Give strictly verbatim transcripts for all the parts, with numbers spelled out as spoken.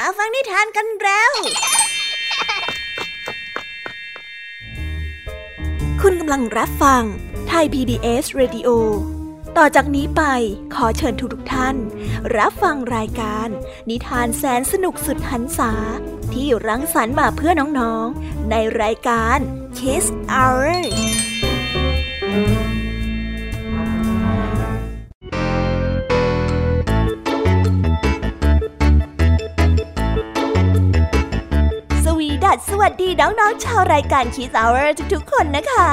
มาฟังนิทานกันแล้วคุณกำลังรับฟังไทย พี บี เอส Radio ต่อจากนี้ไปขอเชิญทุกท่านรับฟังรายการนิทานแสนสนุกสุดหรรษาที่รังสรรค์มาเพื่อน้องๆในรายการ Kids Hourสวัสดีน้องๆชาวรายการ Kids Hour ทุกๆคนนะคะ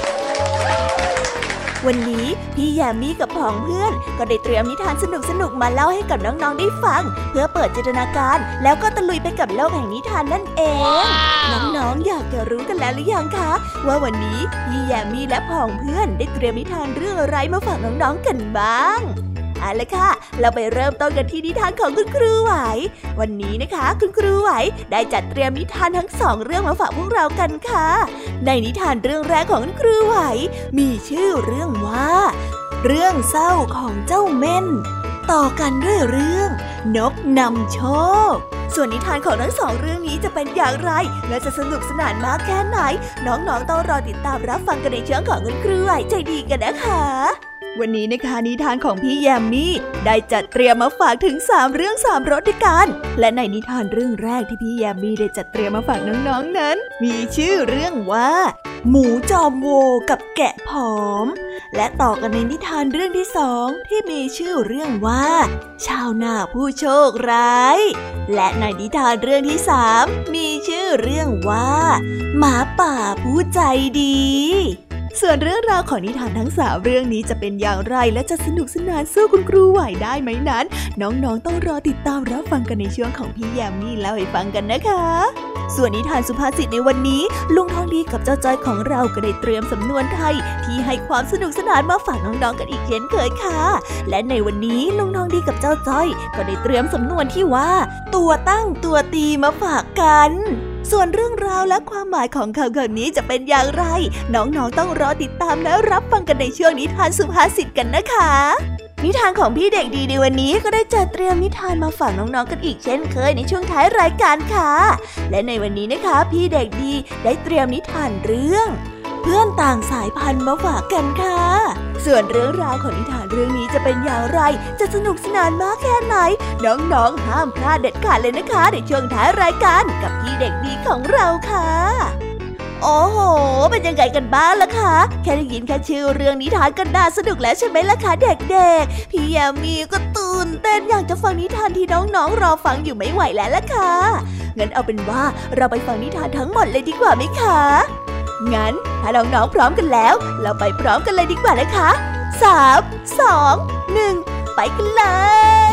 วันนี้พี่แยมมี่กับผองเพื่อนก็ได้เตรียมนิทานสนุกๆมาเล่าให้กับน้องๆได้ฟังเพื่อเปิดจินตนาการแล้วก็ตะลุยไปกับโลกแห่งนิทานนั่นเองน้องๆอยากจะรู้กันแล้วหรือยังคะว่าวันนี้พี่แยมมี่และผองเพื่อนได้เตรียมนิทานเรื่องอะไรมาฝากน้องๆกันบ้างเอาล่ะค่ะเราไปเริ่มต้นกันที่นิทานของคุณครูไหววันนี้นะคะคุณครูไหวได้จัดเตรียมนิทานทั้งสองเรื่องมาฝากพวกเรากันค่ะในนิทานเรื่องแรกของคุณครูไหวมีชื่อเรื่องว่าเรื่องเศร้าของเจ้าเม่นต่อกันด้วยเรื่องนกนำโชคส่วนนิทานของทั้งสองเรื่องนี้จะเป็นอย่างไรและจะสนุกสนานมากแค่ไหนน้องๆต้องรอติดตามรับฟังกันในช่วงของคุณครูไหวใจดีกันนะคะวันนี้นะคะนิทานของพี่แยมมี่ได้จัดเตรียมมาฝากถึงสามเรื่องสามรสด้วยกันและในนิทานเรื่องแรกที่พี่แยมมี่ได้จัดเตรียมมาฝากน้องๆนั้นมีชื่อเรื่องว่าหมูจอมโวกับแกะผอมและต่อกันในนิทานเรื่องที่สองที่มีชื่อเรื่องว่าชาวนาผู้โชคร้ายและในนิทานเรื่องที่สามมีชื่อเรื่องว่าหมาป่าผู้ใจดีส่วนเรื่องราวของนิทานทั้งสามเรื่องนี้จะเป็นอย่างไรและจะสนุกสนานสู้คุณครูไหวได้ไหมนั้นน้องๆต้องรอติดตามรับฟังกันในช่วงของพี่แยมมี่เล่าให้ฟังกันนะคะส่วนนิทานสุภาษิตในวันนี้ลุงทองดีกับเจ้าจ้อยของเราก็ได้เตรียมสำนวนไทยที่ให้ความสนุกสนานมาฝากน้องๆกันอีกเช่นเคยค่ะและในวันนี้ลุงทองดีกับเจ้าจ้อยก็ได้เตรียมสำนวนที่ว่าตัวตั้งตัวตีมาฝากกันส่วนเรื่องราวและความหมายของคำคำนี้จะเป็นอย่างไรน้องๆต้องรอติดตามและรับฟังกันในช่วงนิทานสุภาษิตกันนะคะนิทานของพี่เด็กดีในวันนี้ก็ได้จัดเตรียมนิทานมาฝากน้องๆกันอีกเช่นเคยในช่วงท้ายรายการค่ะและในวันนี้นะคะพี่เด็กดีได้เตรียมนิทานเรื่องเพื่อนต่างสายพันธุ์มาฝากกันค่ะส่วนเรื่องราวของนิทานเรื่องนี้จะเป็นอย่างไรจะสนุกสนานมากแค่ไหนน้องๆห้ามพลาดเด็ดขาดเลยนะคะในช่วงท้ายรายการกับพี่เด็กดีของเราค่ะโอ้โหเป็นยังไงกันบ้างล่ะคะแค่ได้ยินแค่ชื่อเรื่องนิทานก็น่าสนุกแล้วใช่ไหมล่ะคะเด็กๆพี่แยมมี่ก็ตื่นเต้นอยากจะฟังนิทานที่น้องๆรอฟังอยู่ไม่ไหวแล้วล่ะค่ะงั้นเอาเป็นว่าเราไปฟังนิทานทั้งหมดเลยดีกว่าไหมคะงั้นถ้าน้องๆพร้อมกันแล้วเราไปพร้อมกันเลยดีกว่านะคะสาม สอง หนึ่งไปกันเลย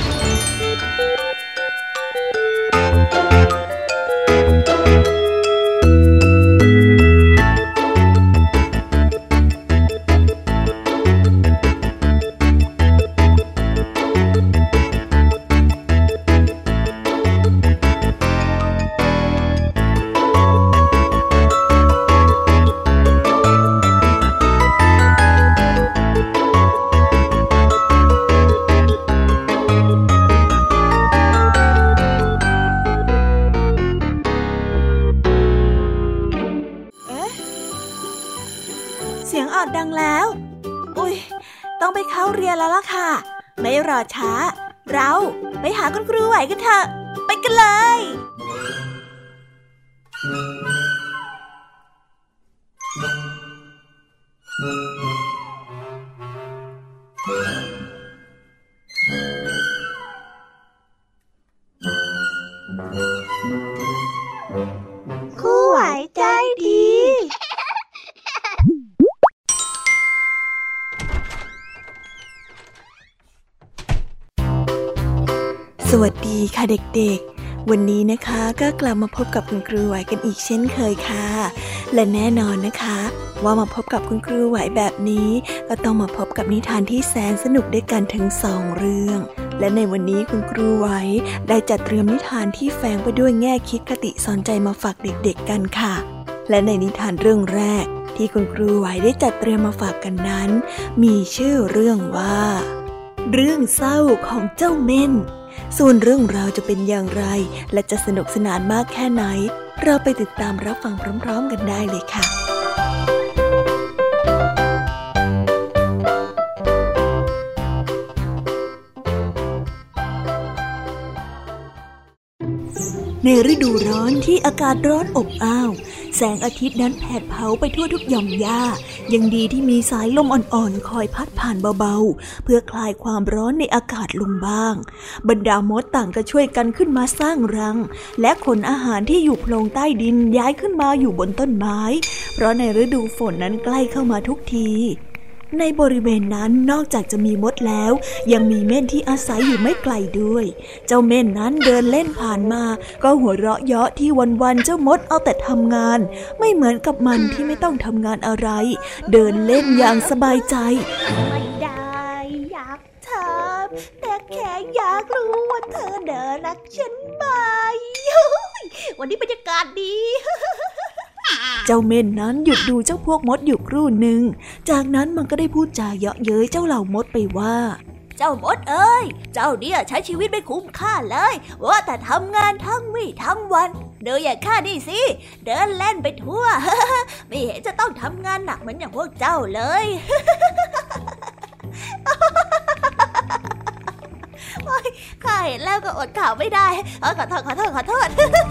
ดังแล้วอุ๊ยต้องไปเข้าเรียนแล้วล่ะค่ะไม่รอช้าเราไปหาคุณครูไหวกันเถอะไปกันเลยครูไหวใจดีสวัสดีค่ะเด็กๆวันนี้นะคะก็กลับมาพบกับคุณครูไหวกันอีกเช่นเคยค่ะและแน่นอนนะคะว่ามาพบกับคุณครูไหวแบบนี้ก็ต้องมาพบกับนิทานที่แสนสนุกด้วยกันถึงสองเรื่องและในวันนี้คุณครูไหวได้จัดเตรียมนิทานที่แฝงไปด้วยแง่คิดคติสอนใจมาฝากเด็กๆกันค่ะและในนิทานเรื่องแรกที่คุณครูไหวได้จัดเตรียมมาฝากกันนั้นมีชื่อเรื่องว่าเรื่องเศร้าของเจ้าเม่นส่วนเรื่องราวจะเป็นอย่างไรและจะสนุกสนานมากแค่ไหนเราไปติดตามรับฟังพร้อมๆกันได้เลยค่ะในฤดูร้อนที่อากาศร้อนอบอ้าวแสงอาทิตย์นั้นแผดเผาไปทั่วทุกหย่อมหญ้ายังดีที่มีสายลมอ่อนๆคอยพัดผ่านเบาๆเพื่อคลายความร้อนในอากาศลงบ้างบรรดามดต่างก็ช่วยกันขึ้นมาสร้างรังและขนอาหารที่อยู่โพรงใต้ดินย้ายขึ้นมาอยู่บนต้นไม้เพราะในฤดูฝนนั้นใกล้เข้ามาทุกทีในบริเวณนั้นนอกจากจะมีมดแล้วยังมีเม่นที่อาศัยอยู่ไม่ไกลด้วยเจ้าเม่นนั้นเดินเล่นผ่านมาก็หัวเราะเยาะที่วันๆเจ้ามดเอาแต่ทำงานไม่เหมือนกับมันที่ไม่ต้องทำงานอะไรเดินเล่นอย่างสบายใจไม่ได้อยากทำแต่แค่อยากรู้ว่าเธอเดินรักฉันไหมวันนี้บรรยากาศดีเจ้าเม่นนั้นหยุดดูเจ้าพวกมดอยู่ครู่หนึ่งจากนั้นมันก็ได้พูดจาเยาะเย้ยเจ้าเหล่ามดไปว่าเจ้ามดเอ้ยเจ้าเนี่ยใช้ชีวิตไม่คุ้มค่าเลยว่าแต่ทำงานทั้งวี่ทั้งวันเดินอย่างข้านี่สิเดินเล่นไปทั่ว ไม่เห็นจะต้องทำงานหนักเหมือนอย่างพวกเจ้าเลย ข้าเห็นแล้วก็อดข่าวไม่ได้ขอโทษขอโทษขอโทษ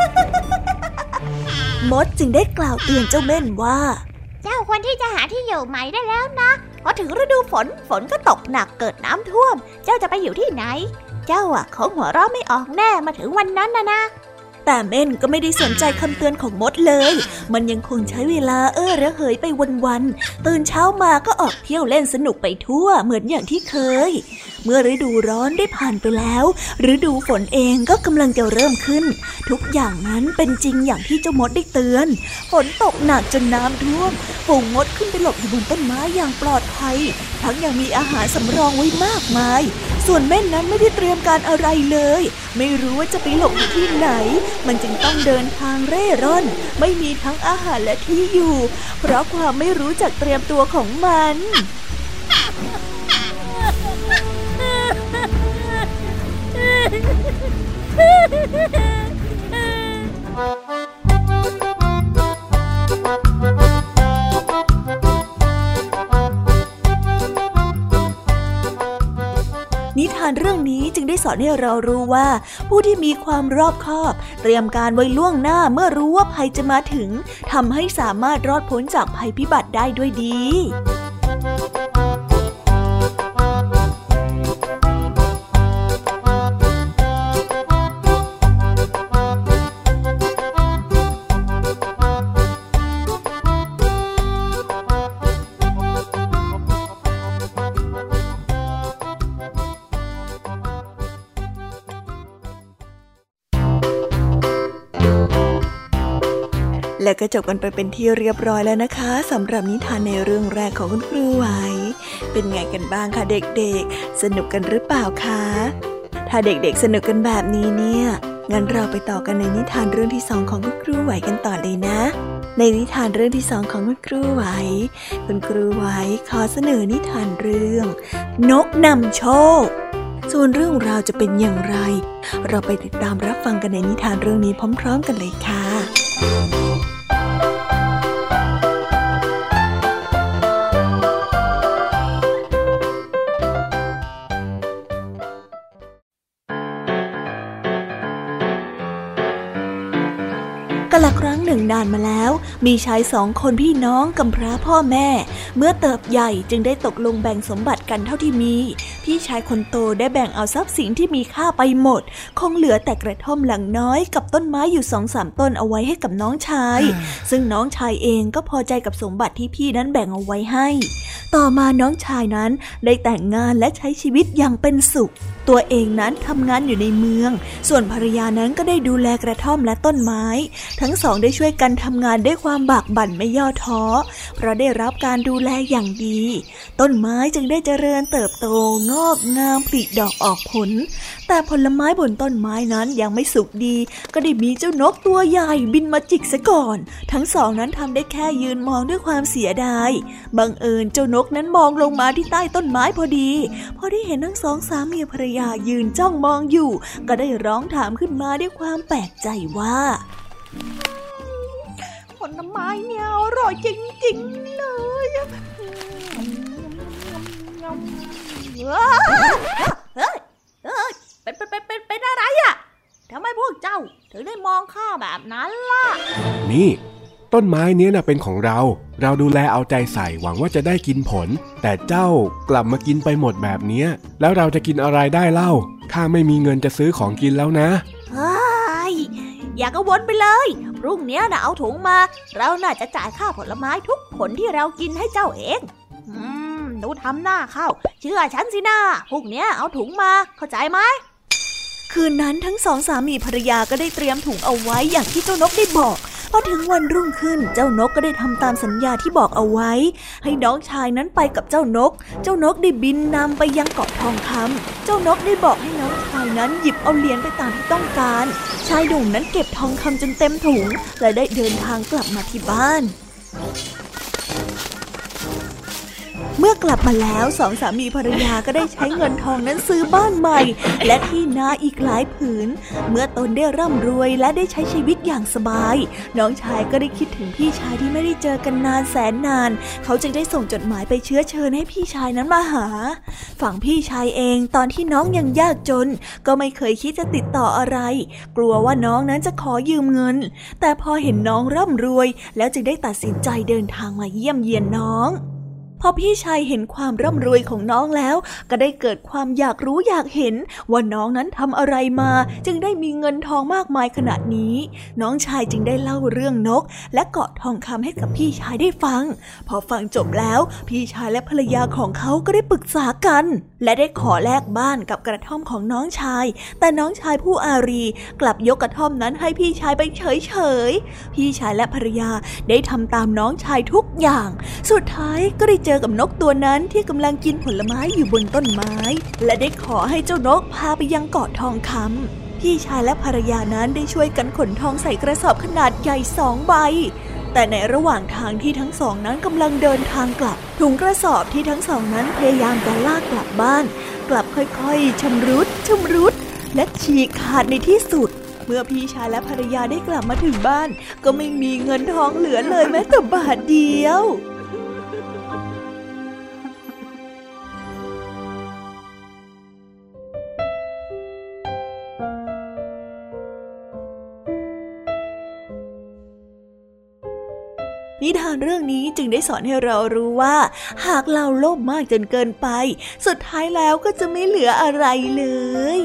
มดจึงได้กล่าวเตือนเจ้าเม่นว่าเจ้าควรที่จะหาที่อยู่ใหม่ได้แล้วนะพอถึงฤดูฝนฝนก็ตกหนักเกิดน้ำท่วมเจ้าจะไปอยู่ที่ไหนเจ้าอ่ะคงหัวเราะไม่ออกแน่มาถึงวันนั้นนะนะแต่เม่นก็ไม่ได้สนใจคำเตือนของมดเลยมันยังคงใช้เวลาเอ้อระเหยไปวันๆตื่นเช้ามาก็ออกเที่ยวเล่นสนุกไปทั่วเหมือนอย่างที่เคยเมื่อฤดูร้อนได้ผ่านไปแล้วฤดูฝนเองก็กำลังจะเริ่มขึ้นทุกอย่างนั้นเป็นจริงอย่างที่เจ้ามดได้เตือนฝนตกหนักจนน้ำท่วมฝูงมดขึ้นไปหลบอยู่บนต้นไม้อย่างปลอดภัยทั้งยังมีอาหารสำรองไว้มากมายส่วนเม่นนั้นไม่ได้เตรียมการอะไรเลยไม่รู้ว่าจะไปหลบอยู่ที่ไหนมันจึงต้องเดินทางเร่ร่อนไม่มีทั้งอาหารและที่อยู่เพราะความไม่รู้จักเตรียมตัวของมันนิทานเรื่องนี้จึงได้สอนให้เรารู้ว่าผู้ที่มีความรอบคอบเตรียมการไว้ล่วงหน้าเมื่อรู้ว่าภัยจะมาถึงทำให้สามารถรอดพ้นจากภัยพิบัติได้ด้วยดีและก็จบกันไปเป็นที่เรียบร้อยแล้วนะคะสำหรับนิทานในเรื่องแรกของคุณครูไหวเป็นไงกันบ้างคะเด็กๆสนุกกันหรือเปล่าคะถ้าเด็กๆสนุกกันแบบนี้เนี่ยงั้นเราไปต่อกันในนิทานเรื่องที่สองของคุณครูไหวกันต่อเลยนะในนิทานเรื่องที่สองของคุณครูไหวคุณครูไหวขอเสนอนิทานเรื่องนกนำโชคส่วนเรื่องราวจะเป็นอย่างไรเราไปติดตามรับฟังกันในนิทานเรื่องนี้พร้อมๆกันเลยค่ะกาลครั้งหนึ่งนานมาแล้วมีชายสองคนพี่น้องกำพร้าพ่อแม่เมื่อเติบใหญ่จึงได้ตกลงแบ่งสมบัติกันเท่าที่มีพี่ชายคนโตได้แบ่งเอาทรัพย์สินที่มีค่าไปหมดคงเหลือแต่กระท่อมหลังน้อยกับต้นไม้อยู่สองสามต้นเอาไว้ให้กับน้องชายซึ่งน้องชายเองก็พอใจกับสมบัติที่พี่นั้นแบ่งเอาไว้ให้ต่อมาน้องชายนั้นได้แต่งงานและใช้ชีวิตอย่างเป็นสุขตัวเองนั้นทำงานอยู่ในเมืองส่วนภรรยานั้นก็ได้ดูแลกระท่อมและต้นไม้ทั้งสองได้ช่วยกันทำงานด้วยความบากบั่นไม่ย่อท้อเพราะได้รับการดูแลอย่างดีต้นไม้จึงได้เจริญเติบโตงอกงามผลิดอกออกผลแต่ผลไม้บนต้นไม้นั้นยังไม่สุกดีก็ได้มีเจ้านกตัวใหญ่บินมาจิกซะก่อนทั้งสองนั้นทำได้แค่ยืนมองด้วยความเสียดายบังเอิญเจ้านกนั้นมองลงมาที่ใต้ต้นไม้พอดีพอได้เห็นทั้งสองสามีภรรยายืนจ้องมองอยู่ก็ได้ร้องถามขึ้นมาด้วยความแปลกใจว่าผลไม้เนี่ยอร่อยจริงๆเลยเฮ้ยเฮ้ยเป็นเป็นเป็นเป็นอะไรอะทำไมพวกเจ้าถึงได้มองข้าแบบนั้นล่ะนี่ต้นไม้เนี้ยน่ะเป็นของเราเราดูแลเอาใจใส่หวังว่าจะได้กินผลแต่เจ้ากลับมากินไปหมดแบบเนี้ยแล้วเราจะกินอะไรได้เล่าข้าไม่มีเงินจะซื้อของกินแล้วนะเฮ้ยอย่ากังวลไปเลยพรุ่งนี้น่ะเอาถุงมาเราน่าจะจ่ายค่าผลไม้ทุกผลที่เรากินให้เจ้าเองอืมดูทำหน้าเข้าเชื่อฉันสินะพรุ่งนี้เอาถุงมาเข้าใจไหมคืนนั้นทั้งสองสามีภรรยาก็ได้เตรียมถุงเอาไว้อย่างที่เจ้านกได้บอกพอถึงวันรุ่งขึ้นเจ้านกก็ได้ทำตามสัญญาที่บอกเอาไว้ให้น้องชายนั้นไปกับเจ้านกเจ้านกได้บินนำไปยังเกาะทองคำเจ้านกได้บอกให้น้องชายนั้นหยิบเอาเหรียญไปตามที่ต้องการชายหนุ่มนั้นเก็บทองคำจนเต็มถุงและได้เดินทางกลับมาที่บ้านเมื่อกลับมาแล้วสองสามีภรรยาก็ได้ใช้เงินทองนั้นซื้อบ้านใหม่และที่นาอีกหลายผืนเมื่อตนได้ร่ำรวยและได้ใช้ชีวิตอย่างสบายน้องชายก็ได้คิดถึงพี่ชายที่ไม่ได้เจอกันนานแสนนานเขาจึงได้ส่งจดหมายไปเชื้อเชิญให้พี่ชายนั้นมาหาฝั่งพี่ชายเองตอนที่น้องยังยากจนก็ไม่เคยคิดจะติดต่ออะไรกลัวว่าน้องนั้นจะขอยืมเงินแต่พอเห็นน้องร่ำรวยแล้วจึงได้ตัดสินใจเดินทางมาเยี่ยมเยียนน้องพอพี่ชายเห็นความร่ำรวยของน้องแล้วก็ได้เกิดความอยากรู้อยากเห็นว่าน้องนั้นทำอะไรมาจึงได้มีเงินทองมากมายขนาดนี้น้องชายจึงได้เล่าเรื่องนกและเกาะทองคำให้กับพี่ชายได้ฟังพอฟังจบแล้วพี่ชายและภรรยาของเขาก็ได้ปรึกษากันและได้ขอแลกบ้านกับกระท่อมของน้องชายแต่น้องชายผู้อารีกลับยกกระท่อมนั้นให้พี่ชายไปเฉยๆพี่ชายและภรรยาได้ทำตามน้องชายทุกอย่างสุดท้ายก็ได้เจอกับนกตัวนั้นที่กำลังกินผลไม้อยู่บนต้นไม้และได้ขอให้เจ้านกพาไปยังเกาะทองคำพี่ชายและภรรยานั้นได้ช่วยกันขนทองใส่กระสอบขนาดใหญ่สองใบแต่ในระหว่างทางที่ทั้งสองนั้นกำลังเดินทางกลับถุงกระสอบที่ทั้งสองนั้นพยายามจะลากกลับบ้านกลับค่อยๆชำรุดชำรุดและฉีกขาดในที่สุดเมื่อพี่ชายและภรรยาได้กลับมาถึงบ้านก็ไม่มีเงินทองเหลือเลยแม้แต่บาทเดียวนิทานเรื่องนี้จึงได้สอนให้เรารู้ว่าหากเราโลภมากจนเกินไปสุดท้ายแล้วก็จะไม่เหลืออะไรเลย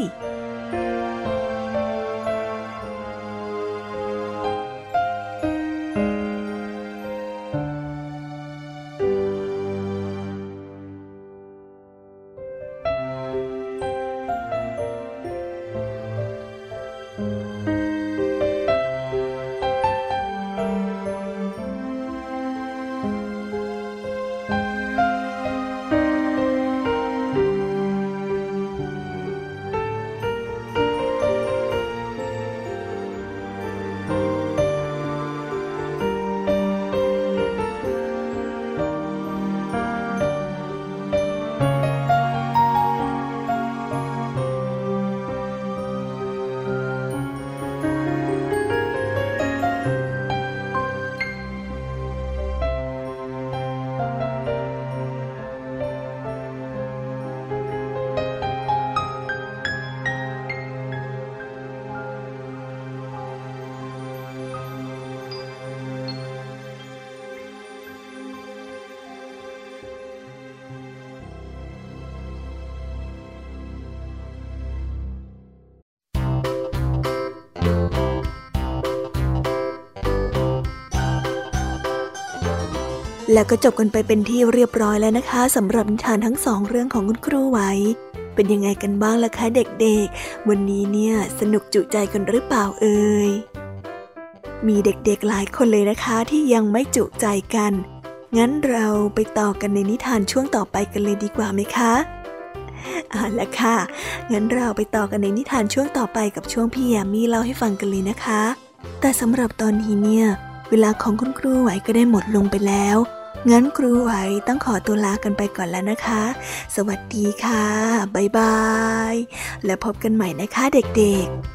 แล้วก็จบกันไปเป็นที่เรียบร้อยแล้วนะคะสำหรับนิทานทั้งสองเรื่องของคุณครูไหวเป็นยังไงกันบ้างล่ะคะเด็กๆวันนี้เนี่ยสนุกจุใจกันหรือเปล่าเอ่ยมีเด็กๆหลายคนเลยนะคะที่ยังไม่จุใจกันงั้นเราไปต่อกันในนิทานช่วงต่อไปกันเลยดีกว่าไหมคะเอาล่ะค่ะงั้นเราไปต่อกันในนิทานช่วงต่อไปกับช่วงพี่แยมมี่เล่าให้ฟังกันเลยนะคะแต่สำหรับตอนนี้เนี่ยเวลาของคุณครูไหวก็ได้หมดลงไปแล้วงั้นครูไหวต้องขอตัวลากันไปก่อนแล้วนะคะสวัสดีค่ะบ๊ายบายแล้วพบกันใหม่นะคะเด็กๆ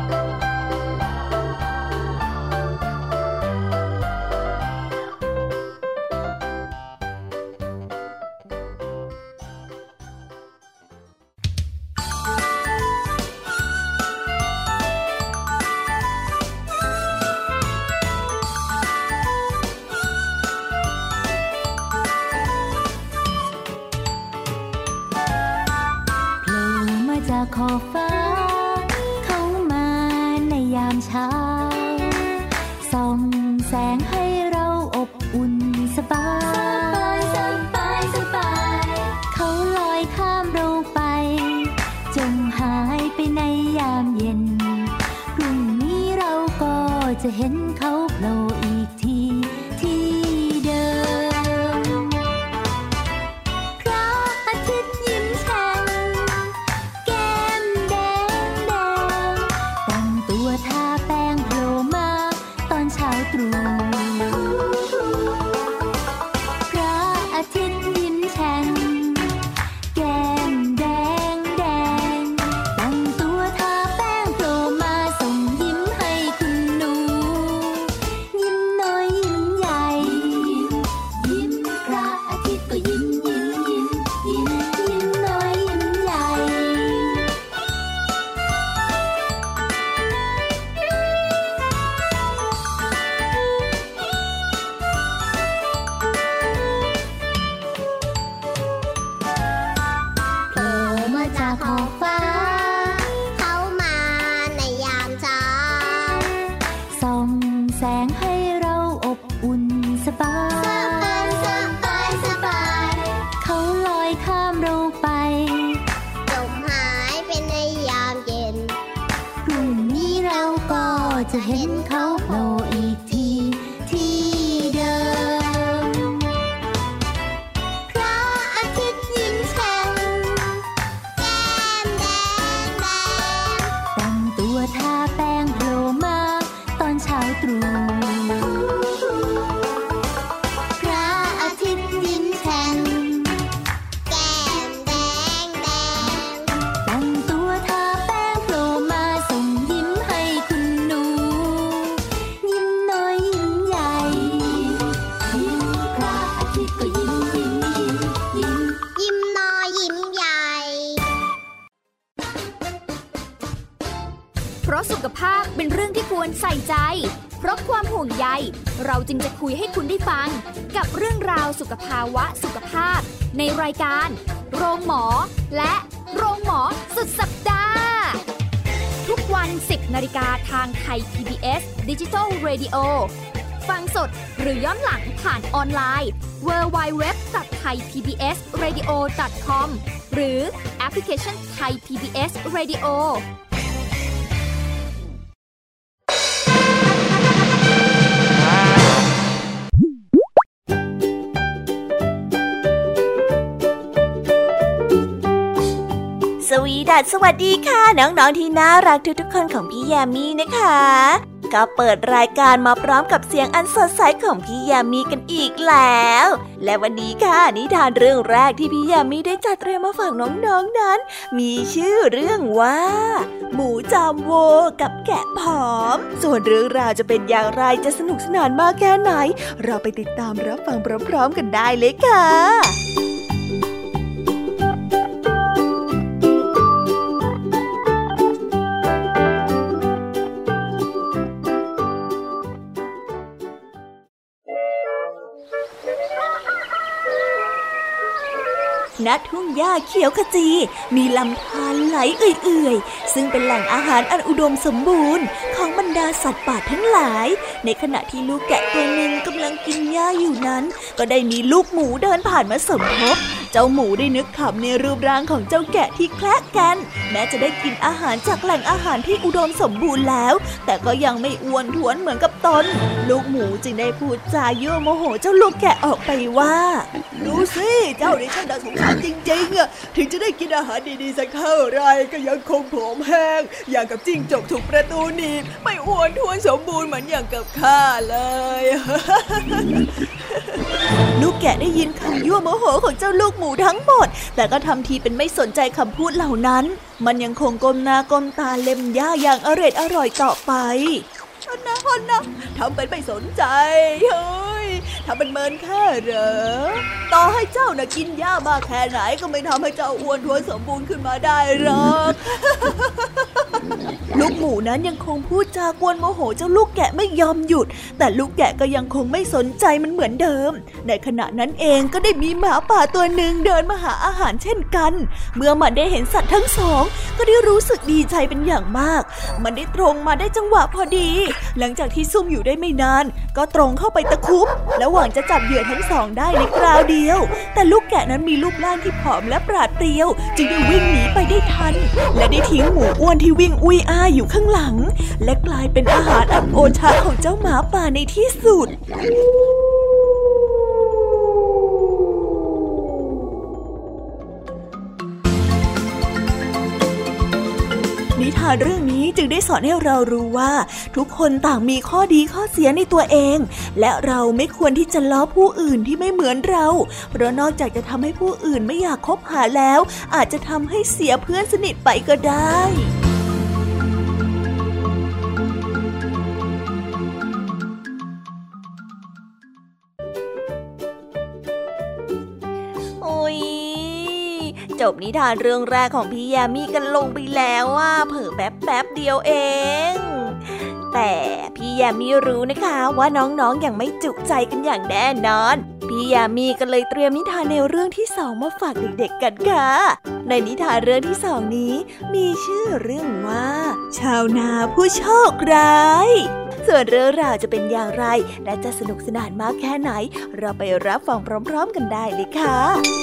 ขอบฟ้าเข้ามาในยามเช้าส่องแสงให้เราอบอุ่นสบายสบายสบายเขาลอยข้ามเราไปจงหายไปในยามเย็นพรุ่งนี้เราก็จะเห็นเขาโผล่อีกทีที่เดิมพระอาทิตย์ยิ้มแฉ่งทาแป้งโผล่มาตอนเช้าตรู่พระอาทิตย์ยิ้มแฉ่งแก้มแดงแดงแต่งตัวทาแป้งโผล่มาส่งยิ้มให้คุณหนูยิ้มน้อยยิ้มใหญ่ยิ้มพระอาทิตย์ก็ยิ้มยิ้มยิ้มยิ้มยิ้มน้อยยิ้มใหญ่ขอบฟ้าเข้ามาในยามเช้าส่องแสงให้เราอบอุ่นสบายสบายสบายเขาลอยข้ามเราไปจมหายไปในยามเย็นพรุ่งนี้เราก็จะเห็นเขาโผล่อีกทีที่เดิมพระอาทิตย์ยิ้มแฉ่งทาแป้งโผล่มาตอนเช้าตรู่พระอาทิตย์ยิ้มแฉ่งแก้มแดงแดงแต่งตัวทาแป้งโผล่มาส่งยิ้มให้คุณหนูยิ้มน้อยยิ้มใหญ่ยิ้มพระอาทิตย์ก็ยิ้มยิ้มยิ้มยิ้มยิ้มน้อยยิ้มใหญ่เพราะสุขภาพเป็นเรื่องที่ควรใส่ใจเพราะความห่วงใยเราจึงจะคุยให้คุณได้ฟังกับเรื่องราวสุขภาวะสุขภาพในรายการโรงหมอและโรงหมอสุดสัปดาห์ทุกวัน สิบนาฬิกาทางไทย พี บี เอส Digital Radio ฟังสดหรือย้อนหลังผ่านออนไลน์ ดับเบิลยู ดับเบิลยู ดับเบิลยู ดอท ไทยพีบีเอสเรดิโอ ดอท คอม หรือแอปพลิเคชัน Thai พี บี เอส Radio สวีดัสสวัสดีค่ะน้องๆที่น่ารักทุกๆคนของพี่ยามีนะคะก็เปิดรายการมาพร้อมกับเสียงอันสดใสของพี่ยามีกันอีกแล้วและวันนี้ค่ะนิทานเรื่องแรกที่พี่ยามีได้จัดเตรียมมาฝากน้องๆ น, นั้นมีชื่อเรื่องว่าหมูจอมโวกับแกะผอมส่วนเรื่องราวจะเป็นอย่างไรจะสนุกสนานมากแค่ไหนเราไปติดตามรับฟังพร้อมๆกันได้เลยค่ะ ณทุ่งหญ้าเขียวขจีมีลำธารไหลเอื่อยๆซึ่งเป็นแหล่งอาหารอันอุดมสมบูรณ์ของบรรดาสัตว์ป่าทั้งหลายในขณะที่ลูกแกะตัวหนึ่งกำลังกินหญ้าอยู่นั้นก็ได้มีลูกหมูเดินผ่านมาสมทบเจ้าหมูได้นึกขำในรูปร่างของเจ้าแกะที่แคละกันแม้จะได้กินอาหารจากแหล่งอาหารที่อุดมสมบูรณ์แล้วแต่ก็ยังไม่อ้วนท้วนเหมือนกับตนลูกหมูจึงได้พูดจายั่วโมโหเจ้าลูกแกะออกไปว่าดูสิเจ้านี่ช่างน่าสงสารจริงๆอะถึงจะได้กินอาหารดีๆสักเท่าไรก็ยังคงผอมแห้งอย่างกับจิ้งจกถูกประตูหนีบไม่อ้วนท้วนสมบูรณ์เหมือนอย่างกับข้าเลย ลูกแกะได้ยินคำยั่วโมโหของเจ้าลูกหมูทั้งหมดแต่ก็ทำทีเป็นไม่สนใจคำพูดเหล่านั้นมันยังคงก้มหน้าก้มตาเล็มหญ้าอย่างอร่อยอร่อยต่อไปพอนนะพอนนะทำเป็นไม่สนใจเฮ้ยทำเป็นเมินแค่เหรอต่อให้เจ้าน่ะกินหญ้ามากแค่ไหนก็ไม่ทำให้เจ้าอ้วนท้วนสมบูรณ์ขึ้นมาได้หรอก ลูกหมูนั้นยังคงพูดจากวนโมโหเจ้าลูกแกะไม่ยอมหยุดแต่ลูกแกะก็ยังคงไม่สนใจมันเหมือนเดิมในขณะนั้นเองก็ได้มีหมาป่าตัวหนึ่งเดินมาหาอาหารเช่นกันเมื่อมันได้เห็นสัตว์ทั้งสองก็ได้รู้สึกดีใจเป็นอย่างมากมันได้ตรงมาได้จังหวะพอดีหลังจากที่ซุ่มอยู่ได้ไม่นานก็ตรงเข้าไปตะคุบและหวังจะจับเหยื่อทั้งสองได้ในคราวเดียวแต่ลูกแกะนั้นมีรูปร่างที่ผอมและปราดเปรียวจึงได้วิ่งหนีไปได้ทันและได้ทิ้งหมูอ้วนที่วิ่งอุ้ยอ้ายอยู่ข้างหลังและกลายเป็นอาหารอันโอชะของเจ้าหมาป่าในที่สุดนิทานเรื่องนี้จึงได้สอนให้เรารู้ว่าทุกคนต่างมีข้อดีข้อเสียในตัวเองและเราไม่ควรที่จะล้อผู้อื่นที่ไม่เหมือนเราเพราะนอกจากจะทำให้ผู้อื่นไม่อยากคบหาแล้วอาจจะทำให้เสียเพื่อนสนิทไปก็ได้จบนิทานเรื่องแรกของพี่ยามีกันลงไปแล้วว่าเผลอแป๊บแป๊บเดียวเองแต่พี่ยามีรู้นะคะว่าน้องๆ อ, อย่างไม่จุใจกันอย่างแน่นอนพี่ยามีก็เลยเตรียมนิทานในเรื่องที่สองมาฝากเด็กๆกันค่ะในนิทานเรื่องที่สองนี้มีชื่อเรื่องว่าชาวนาผู้โชคร้ายส่วนเรื่องราวจะเป็นอย่างไรและจะสนุกสนานมากแค่ไหนเราไปรับฟังพร้อมๆกันได้เลยค่ะ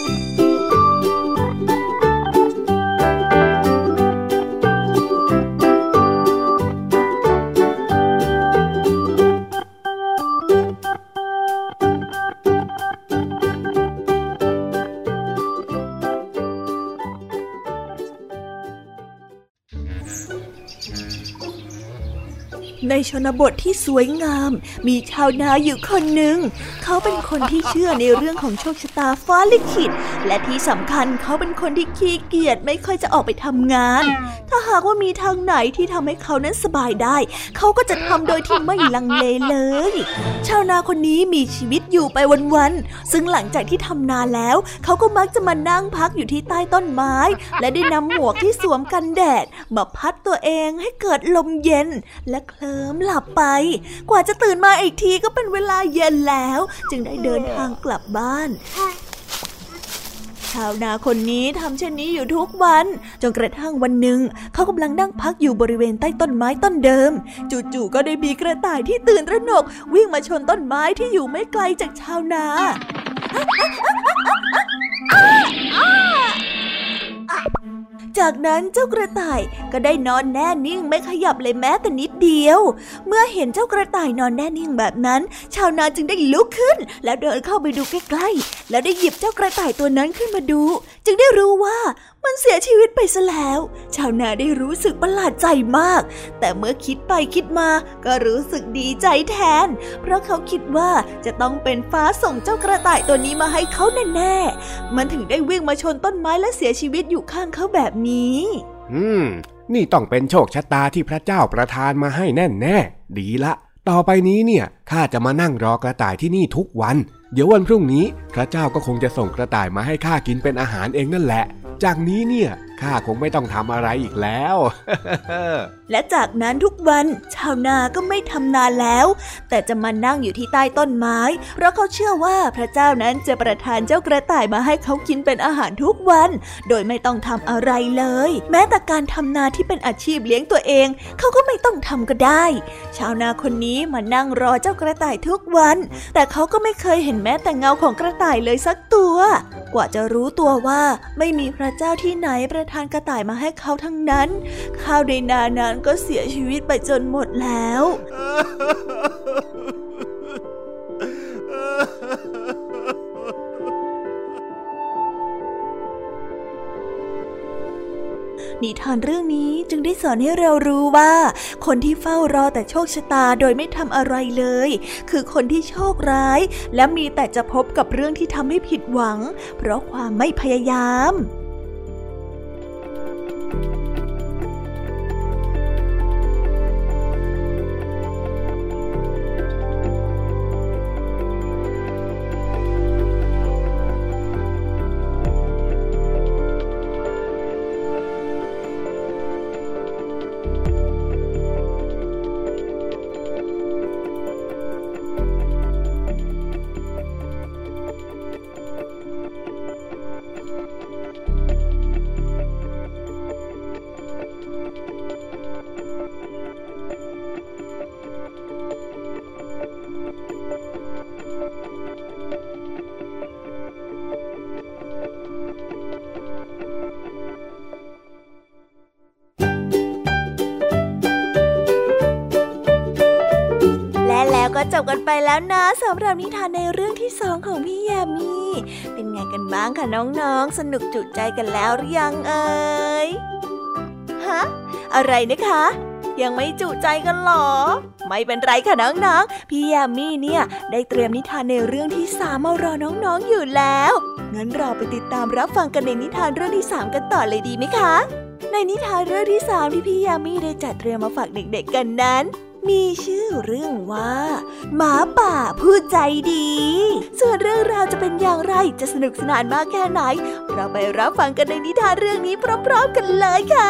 ในชนบทที่สวยงามมีชาวนาอยู่คนหนึ่งเขาเป็นคนที่เชื่อในเรื่องของโชคชะตาฟ้าลิขิตและที่สำคัญเขาเป็นคนที่ขี้เกียจไม่ค่อยจะออกไปทำงานถ้าหากว่ามีทางไหนที่ทำให้เขานั้นสบายได้เขาก็จะทำโดยที่ไม่ลังเลเลยชาวนาคนนี้มีชีวิตอยู่ไปวันๆซึ่งหลังจากที่ทำนาแล้วเขาก็มักจะมานั่งพักอยู่ที่ใต้ต้นไม้และได้นำหมวกที่สวมกันแดดมาพัดตัวเองให้เกิดลมเย็นและเคลิ้มหลับไปกว่าจะตื่นมาอีกทีก็เป็นเวลาเย็นแล้วจึงได้เดินทางกลับบ้านชาวนาคนนี้ทำเช่นนี้อยู่ทุกวันจนกระทั่งวันหนึ่งเขากำลังนั่งพักอยู่บริเวณใต้ต้นไม้ต้นเดิมจู่ๆก็ได้มีกระต่ายที่ตื่นตระหนกวิ่งมาชนต้นไม้ที่อยู่ไม่ไกลจากชาวนาจากนั้นเจ้ากระต่ายก็ได้นอนแน่นิ่งไม่ขยับเลยแม้แต่นิดเดียวเมื่อเห็นเจ้ากระต่ายนอนแน่นิ่งแบบนั้นชาวนาจึงได้ลุกขึ้นแล้วเดินเข้าไปดูใกล้ๆแล้วได้หยิบเจ้ากระต่ายตัวนั้นขึ้นมาดูจึงได้รู้ว่ามันเสียชีวิตไปซะแล้วชาวนาได้รู้สึกประหลาดใจมากแต่เมื่อคิดไปคิดมาก็รู้สึกดีใจแทนเพราะเขาคิดว่าจะต้องเป็นฟ้าส่งเจ้ากระต่ายตัวนี้มาให้เขาแน่ๆมันถึงได้วิ่งมาชนต้นไม้และเสียชีวิตอยู่ข้างเขาแบบนี้อืมนี่ต้องเป็นโชคชะตาที่พระเจ้าประทานมาให้แน่แน่ดีละต่อไปนี้เนี่ยข้าจะมานั่งรอกระต่ายที่นี่ทุกวันเดี๋ยววันพรุ่งนี้พระเจ้าก็คงจะส่งกระต่ายมาให้ข้ากินเป็นอาหารเองนั่นแหละจากนี้เนี่ยข้าคงไม่ต้องทำอะไรอีกแล้วและจากนั้นทุกวันชาวนาก็ไม่ทำนาแล้ว แต่จะมานั่งอยู่ที่ใต้ต้นไม้เพราะเขาเชื่อว่าพระเจ้านั้นจะประทานเจ้ากระต่ายมาให้เขากินเป็นอาหารทุกวันโดยไม่ต้องทำอะไรเลยแม้แต่การทำนาที่เป็นอาชีพเลี้ยงตัวเองเขาก็ไม่ต้องทำก็ได้ชาวนาคนนี้มานั่งรอเจ้ากระต่ายทุกวันแต่เขาก็ไม่เคยเห็นแม้แต่เงาของกระต่ายเลยสักตัวกว่าจะรู้ตัวว่าไม่มีพระเจ้าที่ไหนประทานกระต่ายมาให้เขาทั้งนั้นข้าวในนานั้นก็เสียชีวิตไปจนหมดแล้วนิทานเรื่องนี้จึงได้สอนให้เรารู้ว่าคนที่เฝ้ารอแต่โชคชะตาโดยไม่ทำอะไรเลยคือคนที่โชคร้ายและมีแต่จะพบกับเรื่องที่ทำให้ผิดหวังเพราะความไม่พยายามก็จบกันไปแล้วนะสำหรับนิทานในเรื่องที่สองของพี่ยามีเป็นไงกันบ้างคะน้องๆสนุกจุใจกันแล้วหรือยังเอ่ยฮะอะไรนะคะยังไม่จุใจกันหรอไม่เป็นไรค่ะน้องๆพี่ยามีเนี่ยได้เตรียมนิทานในเรื่องที่สามมารอน้องๆอยู่แล้วงั้นเราไปติดตามรับฟังกันในนิทานเรื่องที่สามกันต่อเลยดีไหมคะในนิทานเรื่องที่สามที่พี่ยามีได้จัดเตรียมมาฝากเด็กๆกันนั้นมีชื่อเรื่องว่าหมาป่าผู้ใจดีส่วนเรื่องราวจะเป็นอย่างไรจะสนุกสนานมากแค่ไหนเราไปรับฟังกันในนิทานเรื่องนี้พร้อมๆกันเลยค่ะ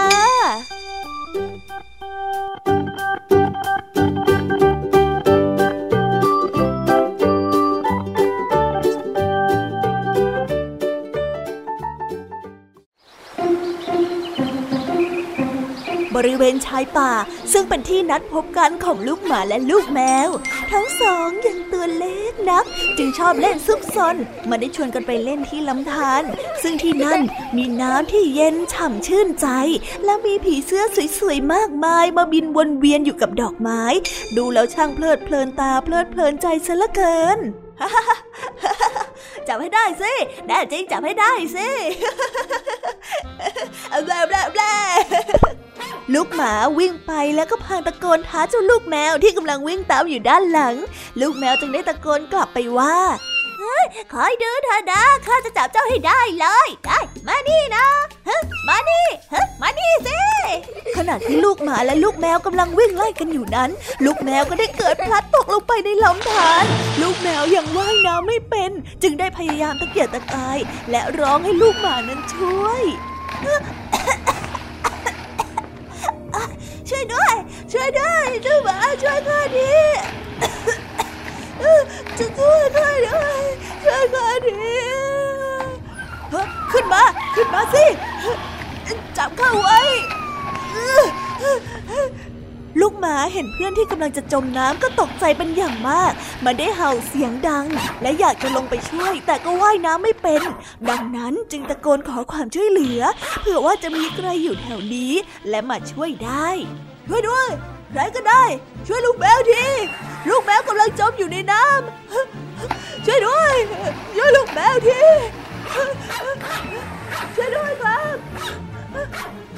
บริเวณชายป่าซึ่งเป็นที่นัดพบกันของลูกหมาและลูกแมวทั้งสองยังตัวเล็กนักจึงชอบเล่นซุกซนมาได้ชวนกันไปเล่นที่ลำธารซึ่งที่นั่นมีน้ำที่เย็นฉ่ำชื่นใจและมีผีเสื้อสวยๆมากมายมาบินวนเวียนอยู่กับดอกไม้ดูแล้วช่างเพลิดเพลินตาเพลิดเพลินใจซะเหลือเกิน จับให้ได้สิแน่จริงจับให้ได้สิ แบลแบลแบลลูกหมาวิ่งไปแล้วก็พางตะโกนท้าเจ้าลูกแมวที่กำลังวิ่งตามอยู่ด้านหลังลูกแมวจึงได้ตะโกนกลับไปว่าเฮ้ยคอยดูเถอะนะข้าจะจับเจ้าให้ได้เลยได้มานี่นะฮะมานี่ฮะมานี่สิขณะที่ลูกหมาและลูกแมวกำลังวิ่งไล่กันอยู่นั้นลูกแมวก็ได้เกิดพลัดตกลงไปในลำธารลูกแมวยังว่ายน้ำไม่เป็นจึงได้พยายามตะเกียกตะกายและร้องให้ลูกหมานั้นช่วยช่วยด้วยช่วยด้วยช่วยหมาช่วยข้าทีจะช่วยข้าด้วยช่วยข้าทีขึ้นมาขึ้นมาสิจับข้าไว้ลูกหมาเห็นเพื่อนที่กำลังจะจมน้ำก็ตกใจเป็นอย่างมากมันได้เห่าเสียงดังและอยากจะลงไปช่วยแต่ก็ว่ายน้ำไม่เป็นดังนั้นจึงตะโกนขอความช่วยเหลือเผื่อว่าจะมีใครอยู่แถวนี้และมาช่วยได้ช่วยด้วยใครก็ได้ช่วยลูกแมวทีลูกแมวกำลังจมอยู่ในน้ำช่วยด้วยช่วยลูกแมวทีช่วยด้วยครับ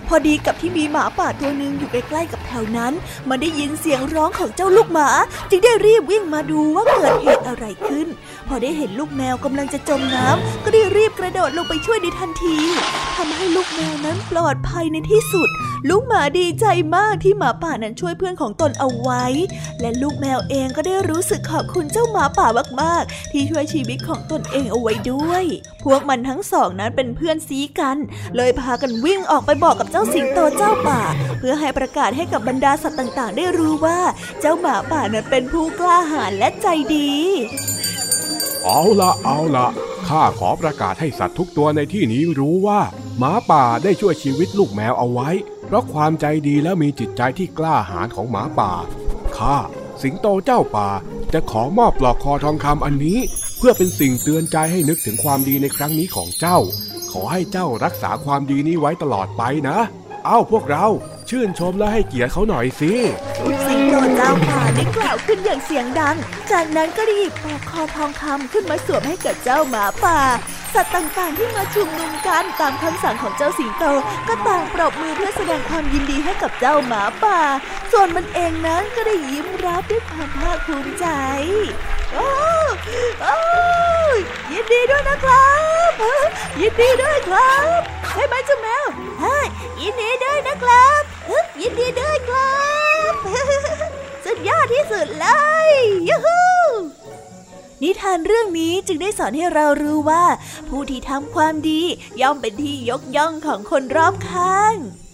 พอดีกับที่มีหมาป่าตัวหนึ่งอยู่ใกล้ๆกับแถวนั้นมันได้ยินเสียงร้องของเจ้าลูกหมาจึงได้รีบวิ่งมาดูว่าเกิดเหตุอะไรขึ้นพอได้เห็นลูกแมวกำลังจะจมน้ำก็ได้รีบกระโดดลงไปช่วยในทันทีทำให้ลูกแมวนั้นปลอดภัยในที่สุดลูกหมาดีใจมากที่หมาป่านั้นช่วยเพื่อนของตนเอาไว้และลูกแมวเองก็ได้รู้สึกขอบคุณเจ้าหมาป่ามากๆที่ช่วยชีวิตของตนเองเอาไว้ด้วยพวกมันทั้งสองนั้นเป็นเพื่อนซี้กันเลยพากันวิ่งออกไปบอกกับเจ้าสิงโตเจ้าป่าเพื่อให้ประกาศให้กับบรรดาสัตว์ต่างๆได้รู้ว่าเจ้าหมาป่านั้นเป็นผู้กล้าหาญและใจดีเอาละเอาละข้าขอประกาศให้สัตว์ทุกตัวในที่นี้รู้ว่าหมาป่าได้ช่วยชีวิตลูกแมวเอาไว้เพราะความใจดีและมีจิตใจที่กล้าหาญของหมาป่าข้าสิงโตเจ้าป่าจะขอมอบปลอกคอทองคำอันนี้เพื่อเป็นสิ่งเตือนใจให้นึกถึงความดีในครั้งนี้ของเจ้าขอให้เจ้ารักษาความดีนี้ไว้ตลอดไปนะเอ้าพวกเราชื่นชมและให้เกียรติเขาหน่อยสิสิงโตเจ้าป่าได้กล่าวขึ้นอย่างเสียงดังจากนั้นก็ได้หยิบปลอกคอทองคำขึ้นมาสวมให้กับเจ้าหมาป่าสัตว์ต่างๆที่มาชุมนุมกันตามคำสั่งของเจ้าสิงโตก็ต่างปรบมือเพื่อแสดงความยินดีให้กับเจ้าหมาป่าส่วนมันเองนั้นก็ได้ยิ้มรับด้วยความภาคภูมิใจโอ้โอ้ยินดีด้วยนะครับยินดีด้วยครับใช่ไหมเจ้าแมวใช่ยินดีด้วยนะครับยินดีด้วยครับสุดยอดที่สุดเลยยูฮูนิทานเรื่องนี้จึงได้สอนให้เรารู้ว่าผู้ที่ทำความดีย่อมเป็นที่ยกย่องของคนรอบข้าง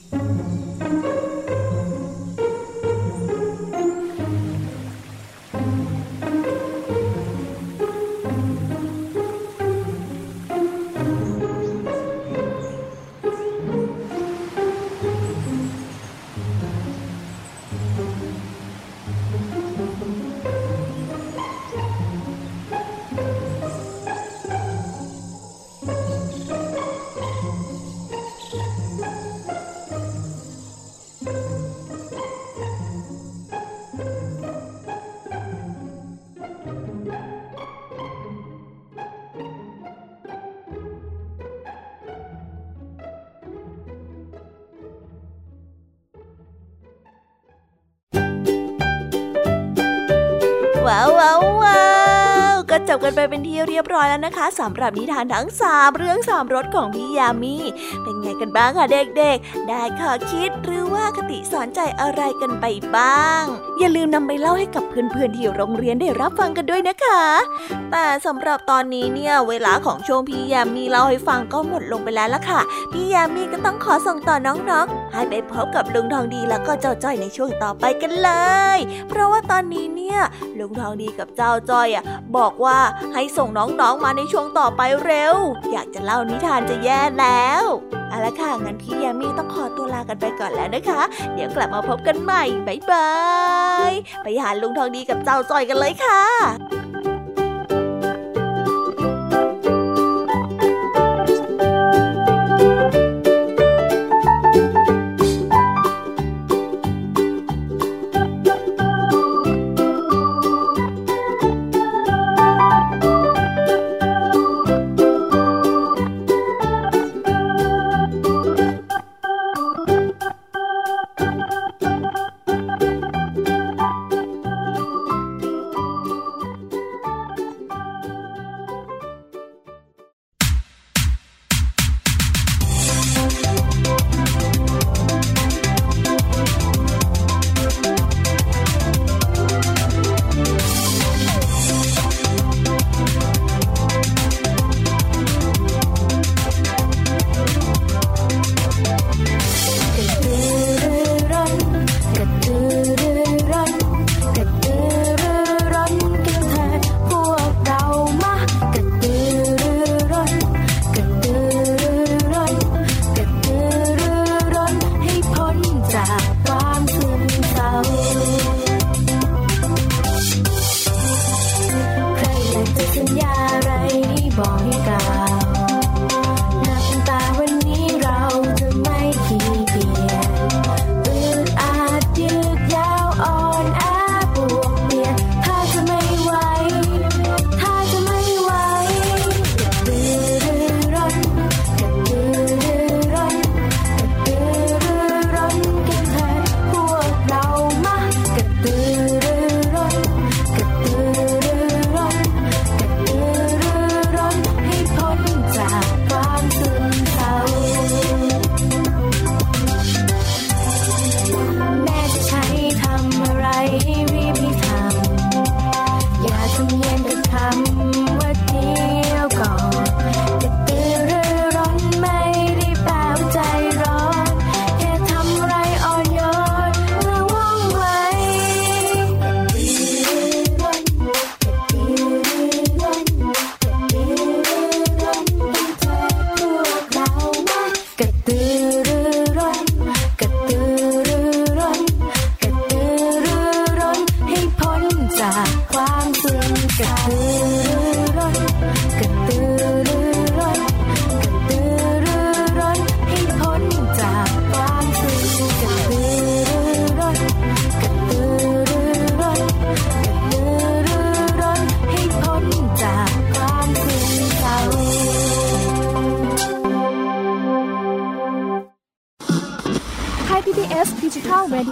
ว้าวว้าวว้าวก็จบกันไปเป็นที่เรียบร้อยแล้วนะคะสำหรับนิทานทั้งสามเรื่องสามรสของพี่ยามีเป็นไงกันบ้างคะเด็กๆได้ข้อคิดหรือว่าคติสอนใจอะไรกันไปบ้างอย่าลืมนำไปเล่าให้กับเพื่อนๆที่โรงเรียนได้รับฟังกันด้วยนะคะแต่สำหรับตอนนี้เนี่ยเวลาของช่วงพี่ยามีเล่าให้ฟังก็หมดลงไปแล้วล่ะค่ะพี่ยามีก็ต้องขอส่งต่อน้องๆให้ไปพบกับลุงทองดีแล้วก็เจ้าจ้อยในช่วงต่อไปกันเลยเพราะว่าตอนนี้เนี่ยลุงทองดีกับเจ้าจ้อยอ่ะบอกว่าให้ส่งน้องๆมาในช่วงต่อไปเร็วอยากจะเล่านิทานจะแย่แล้วเอาละค่ะงั้นพี่ยามีต้องขอตัวลากันไปก่อนแล้วนะคะเดี๋ยวกลับมาพบกันใหม่บ๊ายบายไปหาลุงทองดีกับเจ้าจ้อยกันเลยค่ะ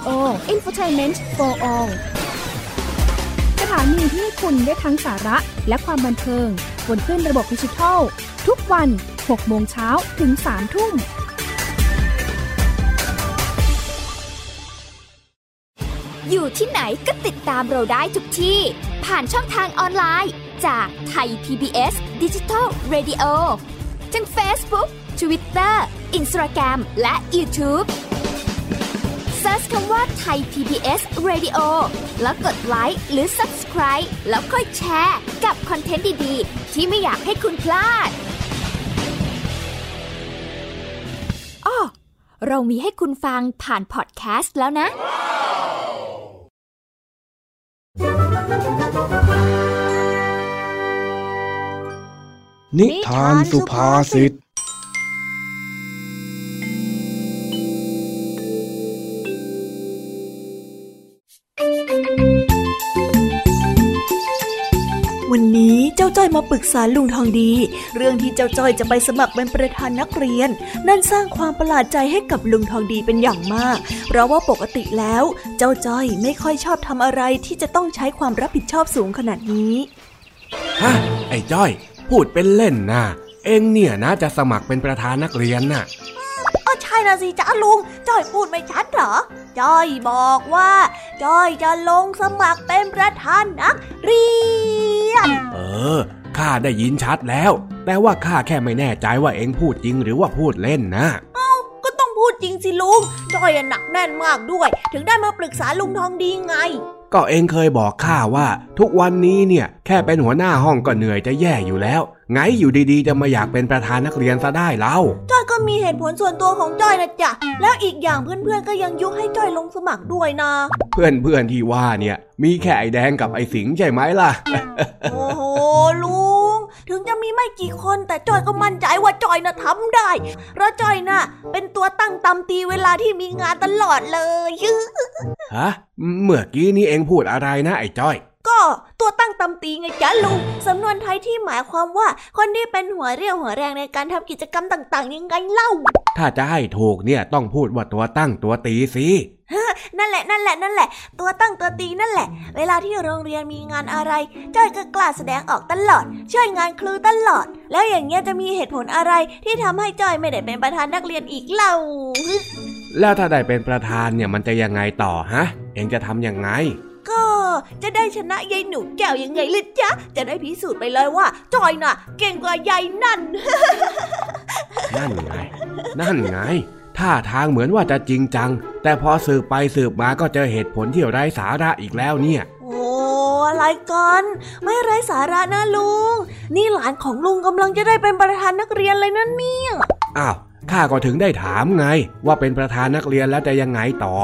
โอ Infotainment for All สถานีที่ให้คุณได้ทั้งสาระและความบันเทิงบนคลื่นระบบดิจิทัลทุกวันหกโมงเช้าถึงสามทุ่มอยู่ที่ไหนก็ติดตามเราได้ทุกที่ผ่านช่องทางออนไลน์จากไทย พี บี เอส Digital Radio ทั้ง Facebook, Twitter, Instagram และ YouTubeเสิร์ชคำว่าไทย พี บี เอส Radio แล้วกดไลค์หรือ Subscribe แล้วค่อยแชร์กับคอนเทนต์ดีๆที่ไม่อยากให้คุณพลาดอ้อเรามีให้คุณฟังผ่านพอดแคสต์แล้วนะนิทานสุภาษิตวันนี้เจ้าจ้อยมาปรึกษาลุงทองดีเรื่องที่เจ้าจ้อยจะไปสมัครเป็นประธานนักเรียนนั่นสร้างความประหลาดใจให้กับลุงทองดีเป็นอย่างมากเพราะว่าปกติแล้วเจ้าจ้อยไม่ค่อยชอบทำอะไรที่จะต้องใช้ความรับผิดชอบสูงขนาดนี้ฮะไอ้จ้อยพูดเป็นเล่นนะเอ็งเนี่ยนะจะสมัครเป็นประธานนักเรียนน่ะอ๋อใช่นะสิจ้าลุงจ้อยพูดไม่ชัดเหรอจ้อยบอกว่าจ้อยจะลงสมัครเป็นประธานนักเรียนเออข้าได้ยินชัดแล้วแต่ว่าข้าแค่ไม่แน่ใจว่าเอ็งพูดจริงหรือว่าพูดเล่นนะเอ้าก็ต้องพูดจริงสิลุงจ้อยหนักแน่นมากด้วยถึงได้มาปรึกษาลุงทองดีไงก็เอ็งเคยบอกข้าว่าทุกวันนี้เนี่ยแค่เป็นหัวหน้าห้องก็เหนื่อยจะแย่อยู่แล้วไงอยู่ดีๆจะมาอยากเป็นประธานนักเรียนซะได้เล่าจ้อยก็มีเหตุผลส่วนตัวของจ้อยนะจ๊ะแล้วอีกอย่างเพื่อนๆก็ยังยุให้จ้อยลงสมัครด้วยนะเพื่อนๆที่ว่าเนี่ยมีแค่ไอ้แดงกับไอ้สิงห์ใช่ไหมล่ะโอ้โหลุงถึงจะมีไม่กี่คนแต่จ้อยก็มั่นใจว่าจ้อยน่ะทำได้เพราะจ้อยน่ะเป็นตัวตั้งตำตีเวลาที่มีงานตลอดเลยฮะเมื่อกี้นี้เอ็งพูดอะไรนะไอ้จ้อยก็ตัวตั้งตำตีไงจ๊ะลุงสำนวนไทยที่หมายความว่าคนที่เป็นหัวเรี่ยวหัวแรงในการทำกิจกรรมต่างๆยังไงเล่าถ้าจะให้ถูกเนี่ยต้องพูดว่าตัวตั้งตัวตีสินั่นแหละนั่นแหละนั่นแหละตัวตั้งตัวตีนั่นแหละเวลาที่โรงเรียนมีงานอะไรจ้อยก็กล้าแสดงออกตลอดช่วยงานครูตลอดแล้วอย่างเงี้ยจะมีเหตุผลอะไรที่ทำให้จ้อยไม่ได้เป็นประธานนักเรียนอีกเล่าแล้วถ้าได้เป็นประธานเนี่ยมันจะยังไงต่อฮะเอ็งจะทำยังไงก็จะได้ชนะยายหนูแก้วยังไงล่ะจ๊ะจะได้พิสูจน์ไปเลยว่าจอยน่ะเก่งกว่ายายนั่นนั่นไงนั่นไงท่าทางเหมือนว่าจะจริงจังแต่พอสืบไปสืบมาก็เจอเหตุผลที่ไร้สาระอีกแล้วเนี่ยโอ้อะไรกันไม่ไร้สาระนะลุงนี่หลานของลุงกำลังจะได้เป็นประธานนักเรียนเลยนะเนี่ยอ้าวข้าก็ถึงได้ถามไงว่าเป็นประธานนักเรียนแล้วจะยังไงต่อ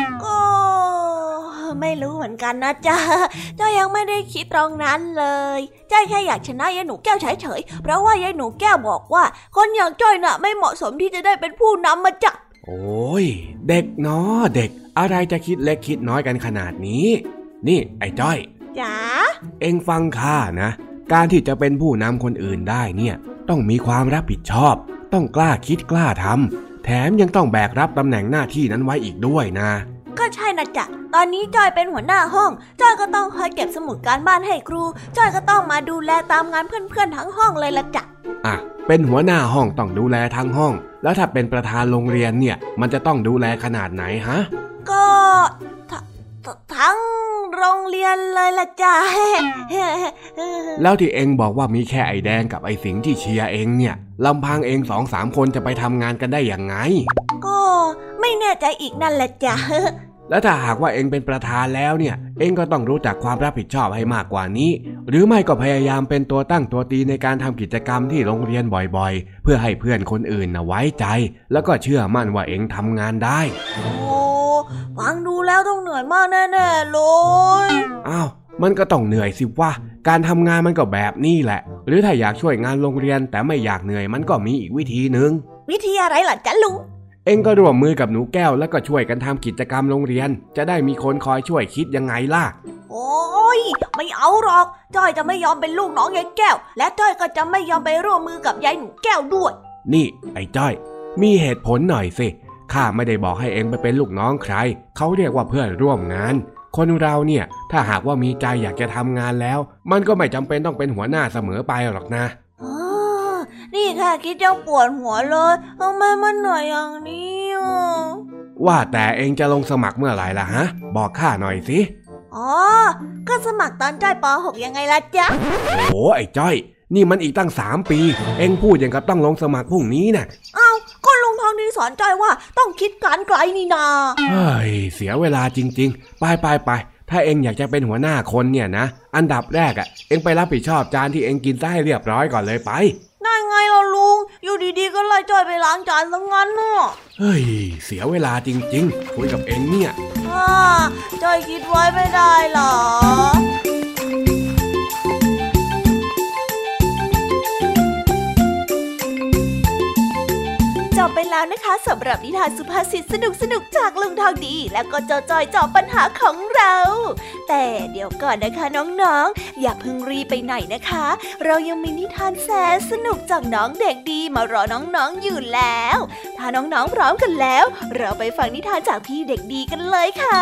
ไม่รู้เหมือนกันนะจ๊ะจ้อยยังไม่ได้คิดตรงนั้นเลยจ้อยแค่อยากชนะยายหนูแก้วเฉยๆเพราะว่ายายหนูแก้วบอกว่าคนอย่างจ้อยน่ะไม่เหมาะสมที่จะได้เป็นผู้นำมาจ้ะโอ้ยเด็กเนาะเด็กอะไรจะคิดเล็กคิดน้อยกันขนาดนี้นี่ไอ้จ้อยจ๋าเอ็งฟังข้านะการที่จะเป็นผู้นำคนอื่นได้เนี่ยต้องมีความรับผิดชอบต้องกล้าคิดกล้าทำแถมยังต้องแบกรับตำแหน่งหน้าที่นั้นไว้อีกด้วยนะก็ใช่นะจ๊ะตอนนี้จ้อยเป็นหัวหน้าห้องจ้อยก็ต้องคอยเก็บสมุดการบ้านให้ครูจ้อยก็ต้องมาดูแลตามงานเพื่อนๆทั้งห้องเลยละจ๊ะอ่ะเป็นหัวหน้าห้องต้องดูแลทั้งห้องแล้วถ้าเป็นประธานโรงเรียนเนี่ยมันจะต้องดูแลขนาดไหนฮะก็ทั้งโรงเรียนเลยละจ๊ะแล้วที่เอ็งบอกว่ามีแค่ไอ้แดงกับไอ้สิงห์ที่เชียร์เอ็งเนี่ยลำพังเอ็งสองสามคนจะไปทำงานกันได้อย่างไงก็ไม่แน่ใจอีกนั่นแหละจ๊ะแล้วถ้าหากว่าเอ็งเป็นประธานแล้วเนี่ยเอ็งก็ต้องรู้จักความรับผิดชอบให้มากกว่านี้หรือไม่ก็พยายามเป็นตัวตั้งตัวตีในการทำกิจกรรมที่โรงเรียนบ่อยๆเพื่อให้เพื่อนคนอื่นน่ะไว้ใจแล้วก็เชื่อมั่นว่าเอ็งทำงานได้โอ้ฟังดูแล้วต้องเหนื่อยมากแน่ๆเลยอ้าวมันก็ต้องเหนื่อยสิวะการทำงานมันก็แบบนี้แหละหรือถ้าอยากช่วยงานโรงเรียนแต่ไม่อยากเหนื่อยมันก็มีอีกวิธีนึงวิธีอะไรล่ะจ๊ะลุงเอ็งก็ร่วมมือกับหนูแก้วแล้วก็ช่วยกันทำกิจกรรมโรงเรียนจะได้มีคนคอยช่วยคิดยังไงล่ะโอ้ยไม่เอาหรอกจ้อยจะไม่ยอมเป็นลูกน้องยายแก้วและจ้อยก็จะไม่ยอมไปร่วมมือกับยายหนูแก้วด้วยนี่ไอ้จ้อยมีเหตุผลหน่อยสิข้าไม่ได้บอกให้เองไปเป็นลูกน้องใครเขาเรียกว่าเพื่อนร่วมงานคนเราเนี่ยถ้าหากว่ามีใจอยากจะทำงานแล้วมันก็ไม่จำเป็นต้องเป็นหัวหน้าเสมอไปหรอกนะอ๋อนี่ค่ะคิดจะปวดหัวเลยทำไมมันเหนื่อยอย่างนี้ว่าแต่เองจะลงสมัครเมื่อไหร่ล่ะฮะบอกข้าหน่อยสิอ๋อก็สมัครตอนจ้อยป หก ยังไงล่ะจ๊ะโอ้ไอ้จ้อยนี่มันอีกตั้งสามปีเอ็งพูดอย่างกับต้องลงสมัครพรุ่งนี้น่ะอ้าวก็ลุงทองดีสอนจ้อยว่าต้องคิดการไกลนี่นาเฮ้ยเสียเวลาจริงๆไปไปไปถ้าเอ็งอยากจะเป็นหัวหน้าคนเนี่ยนะอันดับแรกอ่ะเอ็งไปรับผิดชอบจานที่เอ็งกินซะให้เรียบร้อยก่อนเลยไปได้ไงล่ะลุงอยู่ดีๆก็ไล่จ้อยไปล้างจานซะงั้นน่ะเฮ้ยเสียเวลาจริงๆคุยกับเอ็งเนี่ยอ่าจ้อยคิดไว้ไม่ได้หรอจบไปแล้วนะคะสำหรับนิทานสุภาษิตสนุกๆจากลุงทองดีและก็เจ้าจ้อยเจาะปัญหาของเราแต่เดี๋ยวก่อนนะคะน้องๆอย่าเพิ่งรีบไปไหนนะคะเรายังมีนิทานแสนสนุกจากน้องเด็กดีมารอน้องๆอยู่แล้วถ้าน้องๆพร้อมกันแล้วเราไปฟังนิทานจากพี่เด็กดีกันเลยค่ะ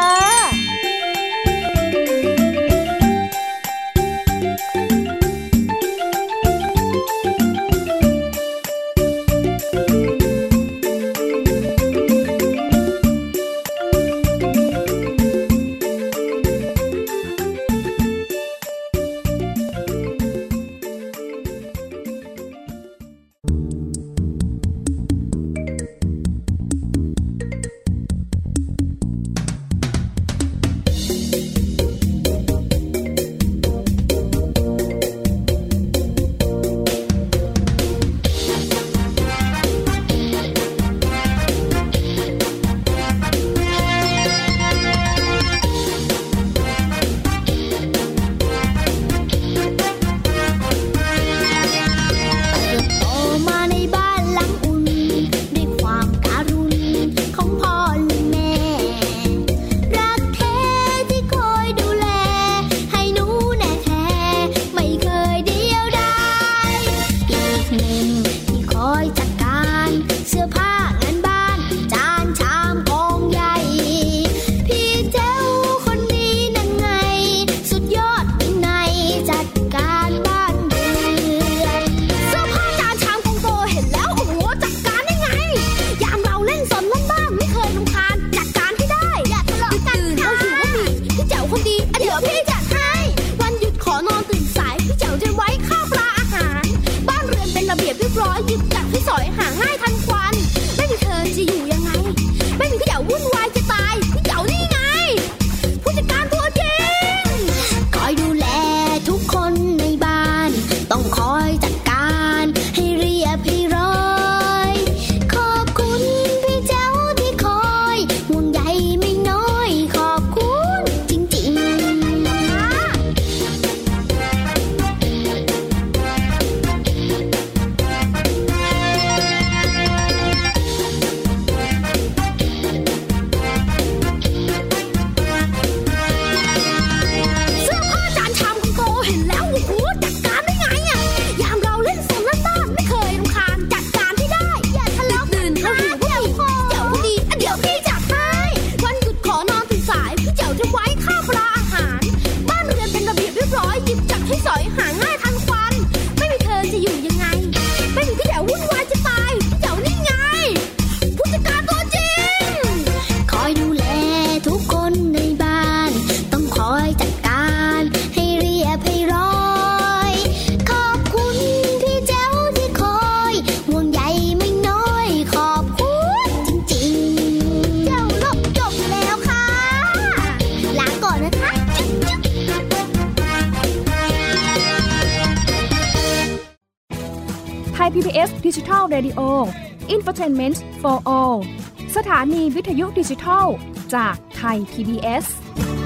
ไทย พี บี เอส Digital Radio Infotainment for All สถานีวิทยุดิจิทัลจากไทย พี บี เอส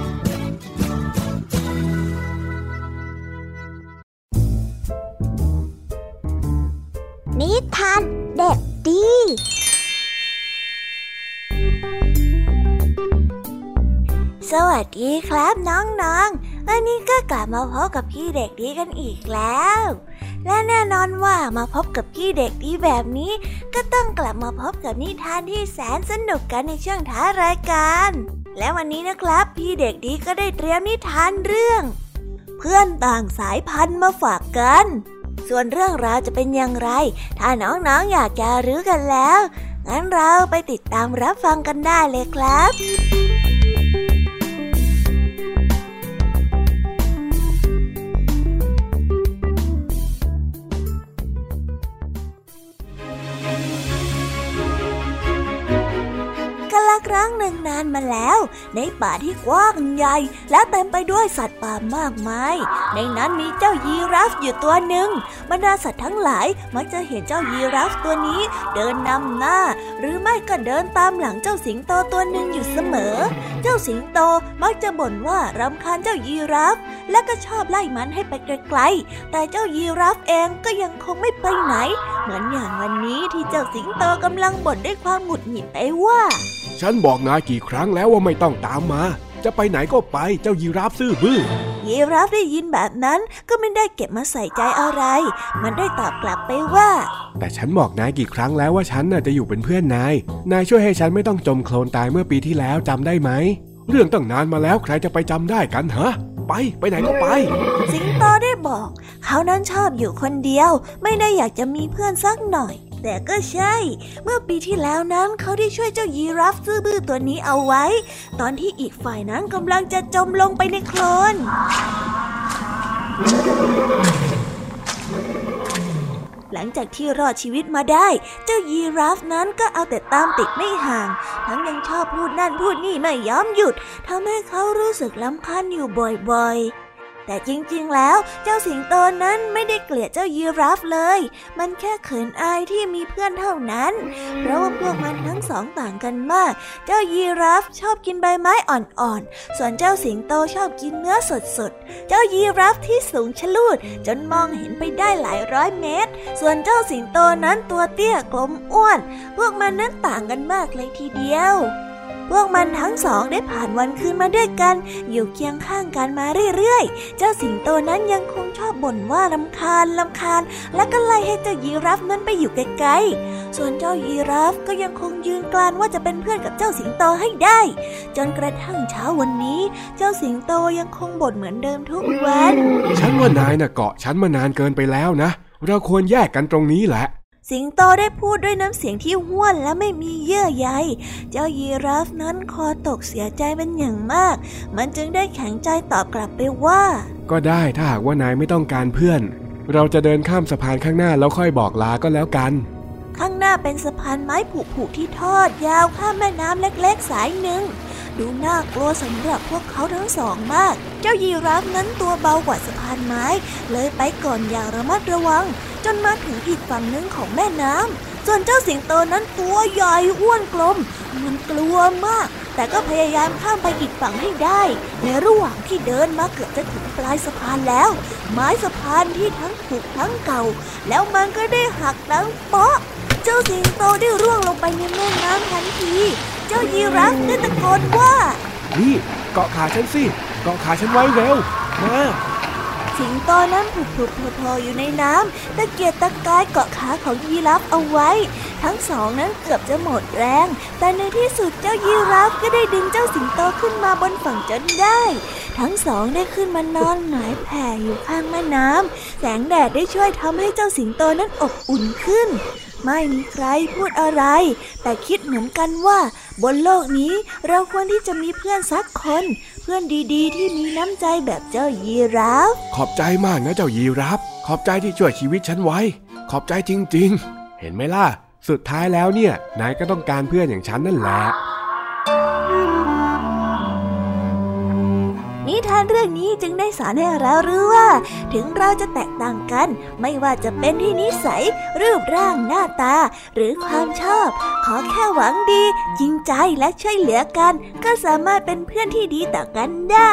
นิทานเด็กดีสสวัสดีครับน้องๆวันนี้ก็กลับมาพบกับพี่เด็กดีกันอีกแล้วและแน่นอนว่ามาพบกับพี่เด็กดีแบบนี้ก็ต้องกลับมาพบกับนิทานที่แสนสนุกกันในช่วงท้ายรายการและวันนี้นะครับพี่เด็กดีก็ได้เตรียมนิทานเรื่องเพื่อนต่างสายพันธุ์มาฝากกันส่วนเรื่องราวจะเป็นอย่างไรถ้าน้องๆ อ, อยากจะรู้กันแล้วงั้นเราไปติดตามรับฟังกันได้เลยครับครั้งหนึ่งนานมาแล้วในป่าที่กว้างใหญ่และเต็มไปด้วยสัตว์ป่ามากมายในนั้นมีเจ้ายีราฟอยู่ตัวหนึ่งบรรดาสัตว์ทั้งหลายมักจะเห็นเจ้ายีราฟตัวนี้เดินนำหน้าหรือไม่ก็เดินตามหลังเจ้าสิงโตตัวหนึ่งอยู่เสมอเจ้าสิงโตมักจะบ่นว่ารำคาญเจ้ายีราฟและก็ชอบไล่มันให้ไปไกลๆแต่เจ้ายีราฟเองก็ยังคงไม่ไปไหนเหมือนอย่างวันนี้ที่เจ้าสิงโตกำลังบ่นด้วยความหงุดหงิดไปว่าฉันบอกนายกี่ครั้งแล้วว่าไม่ต้องตามมาจะไปไหนก็ไปเจ้ายีราฟซื่อบื้อยีราฟได้ยินแบบนั้นก็ไม่ได้เก็บมาใส่ใจอะไรมันได้ตอบกลับไปว่าแต่ฉันบอกนายกี่ครั้งแล้วว่าฉันน่ะจะอยู่เป็นเพื่อนนายนายช่วยให้ฉันไม่ต้องจมโคลนตายเมื่อปีที่แล้วจำได้ไหมเรื่องตั้งนานมาแล้วใครจะไปจำได้กันฮะไปไปไหนก็ไปสิงโตได้บอกเขานั้นชอบอยู่คนเดียวไม่ได้อยากจะมีเพื่อนสักหน่อยแต่ก็ใช่เมื่อปีที่แล้วนั้นเขาได้ช่วยเจ้ายีราฟซื่อบื้อตัวนี้เอาไว้ตอนที่อีกฝ่ายนั้นกำลังจะจมลงไปในโคลนหลังจากที่รอดชีวิตมาได้เจ้ายีราฟนั้นก็เอาแต่ตามติดไม่ห่างทั้งยังชอบพูดนั่นพูดนี่ไม่ยอมหยุดทำให้เขารู้สึกรำคาญอยู่บ่อยๆแต่จริงๆแล้วเจ้าสิงโตนั้นไม่ได้เกลียดเจ้ายีราฟเลยมันแค่เขินอายที่มีเพื่อนเท่านั้นเพราะว่าพวกมันทั้งสองต่างกันมากเจ้ายีราฟชอบกินใบไม้อ่อนๆส่วนเจ้าสิงโตชอบกินเนื้อสดๆเจ้ายีราฟที่สูงชะลูดจนมองเห็นไปได้หลายร้อยเมตรส่วนเจ้าสิงโตนั้นตัวเตี้ยกลมอ้วนพวกมันนั้นต่างกันมากเลยทีเดียวพวกมันทั้งสองได้ผ่านวันคืนมาด้วยกันอยู่เคียงข้างกันมาเรื่อยๆเจ้าสิงโตนั้นยังคงชอบบ่นว่ารำคาญรำคาญและก็ไล่ให้เจ้ายีราฟนั้นไปอยู่ไกลๆส่วนเจ้ายีราฟก็ยังคงยืนกรานว่าจะเป็นเพื่อนกับเจ้าสิงโตให้ได้จนกระทั่งเช้าวันนี้เจ้าสิงโตยังคงบ่นเหมือนเดิมทุกวันฉันว่านายน่ะเกาะฉันมานานเกินไปแล้วนะเราควรแยกกันตรงนี้แหละสิงโตได้พูดด้วยน้ำเสียงที่ห้วนและไม่มีเยื่อใยเจ้ายีราฟนั้นคอตกเสียใจเป็นอย่างมากมันจึงได้แข็งใจตอบกลับไปว่าก็ได้ถ้าหากว่านายไม่ต้องการเพื่อนเราจะเดินข้ามสะพานข้างหน้าแล้วค่อยบอกลาก็แล้วกันข้างหน้าเป็นสะพานไม้ผุๆที่ทอดยาวข้ามแม่น้ำเล็กๆสายหนึ่งดูน่ากลัวสำหรับพวกเขาทั้งสองมากเจ้ายีราฟนั้นตัวเบากว่าสะพานไม้เลยไปก่อนอย่างระมัดระวังจนมาถึงอีกฝั่งหนึ่งของแม่น้ำส่วนเจ้าสิงโตนั้นตัวใหญ่อ้วนกลมมันกลัวมากแต่ก็พยายามข้ามไปอีกฝั่งให้ได้ในระหว่างที่เดินมาเกือบจะถึงปลายสะพานแล้วไม้สะพานที่ทั้งผุทั้งเก่าแล้วมันก็ได้หักดังเปาะเจ้าสิงโตได้ร่วงลงไปในแม่น้ำทันทีเจ้ายีราฟได้ตะโกนว่านี่เกาะขาฉันสิเกาะขาฉันไว้เร็วมาสิงโตนั้นผุบๆโผล่ๆอยู่ในน้ำตะเกียกตะกายเกาะขาของยีราฟเอาไว้ทั้งสองนั้นเกือบจะหมดแรงแต่ในที่สุดเจ้ายีราฟก็ได้ดึงเจ้าสิงโตขึ้นมาบนฝั่งจนได้ทั้งสองได้ขึ้นมานอนหงายแผ่อยู่ข้างแม่น้ำแสงแดดได้ช่วยทำให้เจ้าสิงโตนั้นอบอุ่นขึ้นไม่มีใครพูดอะไรแต่คิดเหมือนกันว่าบนโลกนี้เราควรที่จะมีเพื่อนสักคนเพื่อนดีๆที่มีน้ำใจแบบเจ้ายีราฟขอบใจมากนะเจ้ายีราฟขอบใจที่ช่วยชีวิตฉันไว้ขอบใจจริงๆเห็นไหมล่ะสุดท้ายแล้วเนี่ยนายก็ต้องการเพื่อนอย่างฉันนั่นแหละนิทานเรื่องนี้จึงได้สอนให้เรารู้ว่าถึงเราจะแตกต่างกันไม่ว่าจะเป็นที่นิสัยรูปร่างหน้าตาหรือความชอบขอแค่หวังดีจริงใจและช่วยเหลือกันก็สามารถเป็นเพื่อนที่ดีต่อกันได้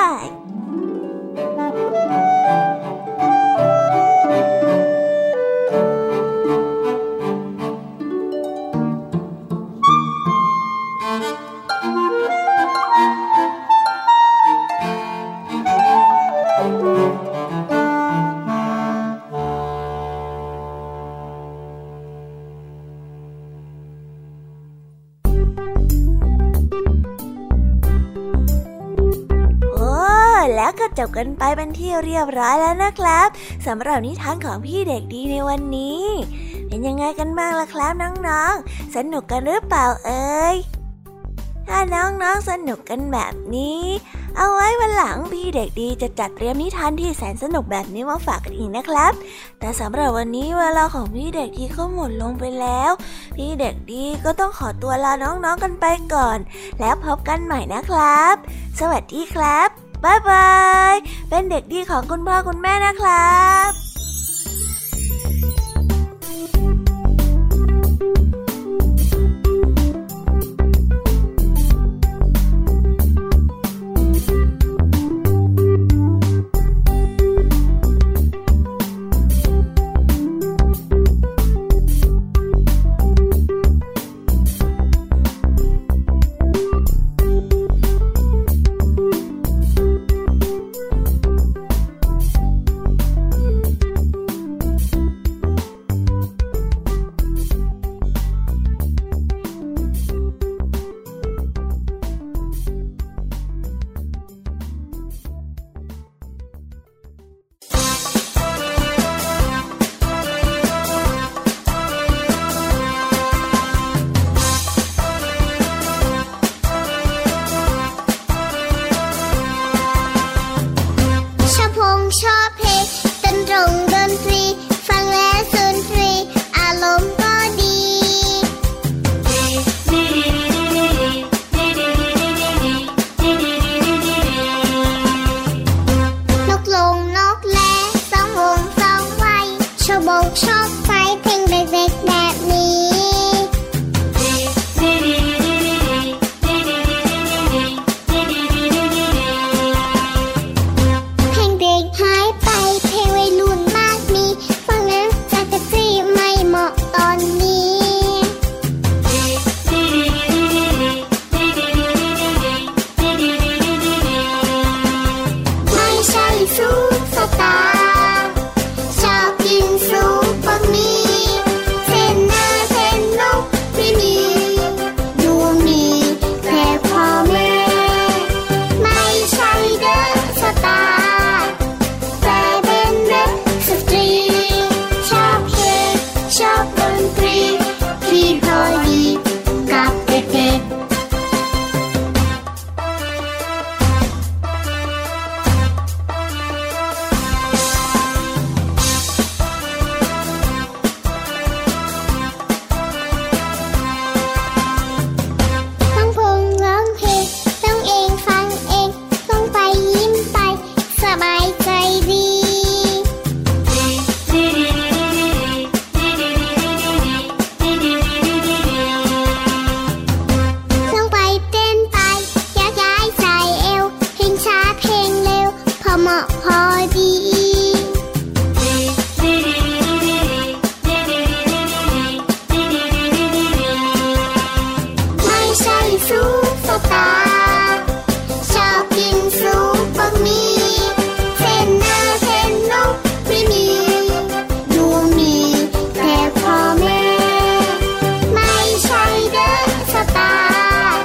แล้วก็จบกันไปเป็นที่เรียบร้อยแล้วนะครับสำหรับนิทานของพี่เด็กดีในวันนี้เป็นยังไงกันบ้างล่ะครับน้องๆสนุกกันหรือเปล่าเอ่ยถ้าน้องๆสนุกกันแบบนี้เอาไว้วันหลังพี่เด็กดีจะจัดเตรียมนิทานที่แสนสนุกแบบนี้มาฝากกันอีกนะครับแต่สำหรับวันนี้เวลาของพี่เด็กดีก็หมดลงไปแล้วพี่เด็กดีก็ต้องขอตัวลาน้องๆกันไปก่อนแล้วพบกันใหม่นะครับสวัสดีครับบ๊ายบายเป็นเด็กดีของคุณพ่อคุณแม่นะครับ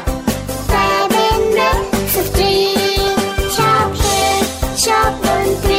ชอบดนตรี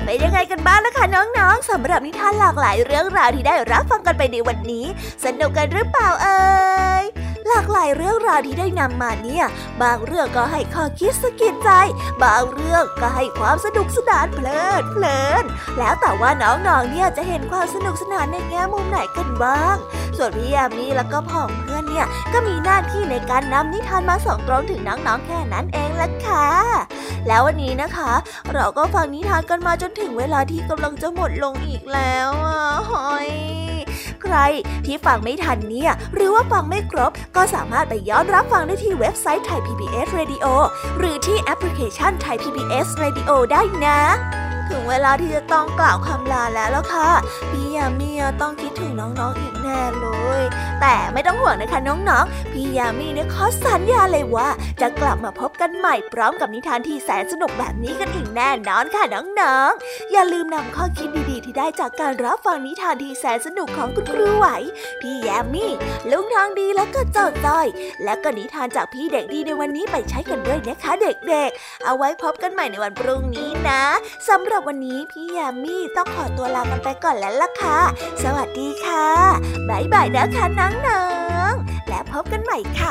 เป็นยังไงกันบ้างล่ะคะน้องๆสำหรับนิทานหลากหลายเรื่องราวที่ได้รับฟังกันไปในวันนี้สนุกกันหรือเปล่าเอ่ยหลากหลายเรื่องราวที่ได้นำมาเนี่ยบางเรื่องก็ให้ข้อคิดสะกิดใจบางเรื่องก็ให้ความสนุกสนานเพลิดเพลินแล้วแต่ว่าน้องๆเนี่ยจะเห็นความสนุกสนานในแง่มุมไหนกันบ้างส่วนพี่ยามีแล้วก็พ่องเพื่อนเนี่ยก็มีหน้าที่ในการนำนิทานมาส่งตรงถึงน้องๆแค่นั้นเองล่ะค่ะแล้ววันนี้นะคะเราก็ฟังนิทานกันมาจนถึงเวลาที่กำลังจะหมดลงอีกแล้วอ่ะหอยใครที่ฟังไม่ทันเนี่ยหรือว่าฟังไม่ครบก็สามารถไปย้อนรับฟังได้ที่เว็บไซต์ Thai พี บี เอส Radio หรือที่แอปพลิเคชัน Thai พี บี เอส Radio ได้นะถึงเวลาที่จะต้องกล่าวคำลาแล้วล่ะค่ะพี่ยามีต้องคิดถึงน้องๆอีกแน่เลยแต่ไม่ต้องห่วงนะคะน้องๆพี่ยามีเนี่ยขอสัญญาเลยว่าจะกลับมาพบกันใหม่พร้อมกับนิทานที่แสนสนุกแบบนี้กันอีกแน่นอนค่ะน้องๆอย่าลืมนำข้อคิดดีๆที่ได้จากการรับฟังนิทานที่แสนสนุกของคุณครูไหวพี่ยามีลุงทองดีและก็เจ้าจ้อยและก็นิทานจากพี่เด็กดีในวันนี้ไปใช้กันด้วยนะคะเด็กๆเอาไว้พบกันใหม่ในวันพรุ่งนี้นะสำหรับวันนี้พี่ยามีต้องขอตัวลากันไปก่อนแล้วล่ะค่ะสวัสดีค่ะบ๊ายบายนะคะน้องๆและพบกันใหม่ค่ะ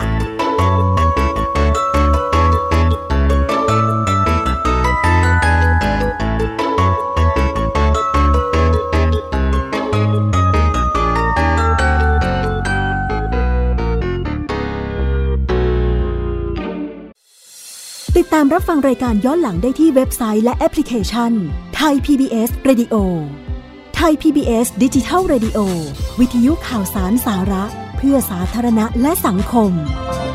ติดตามรับฟังรายการย้อนหลังได้ที่เว็บไซต์และแอปพลิเคชัน Thai พี บี เอส Radio Thai พี บี เอส Digital Radio วิทยุข่าวสารสาระเพื่อสาธารณะและสังคม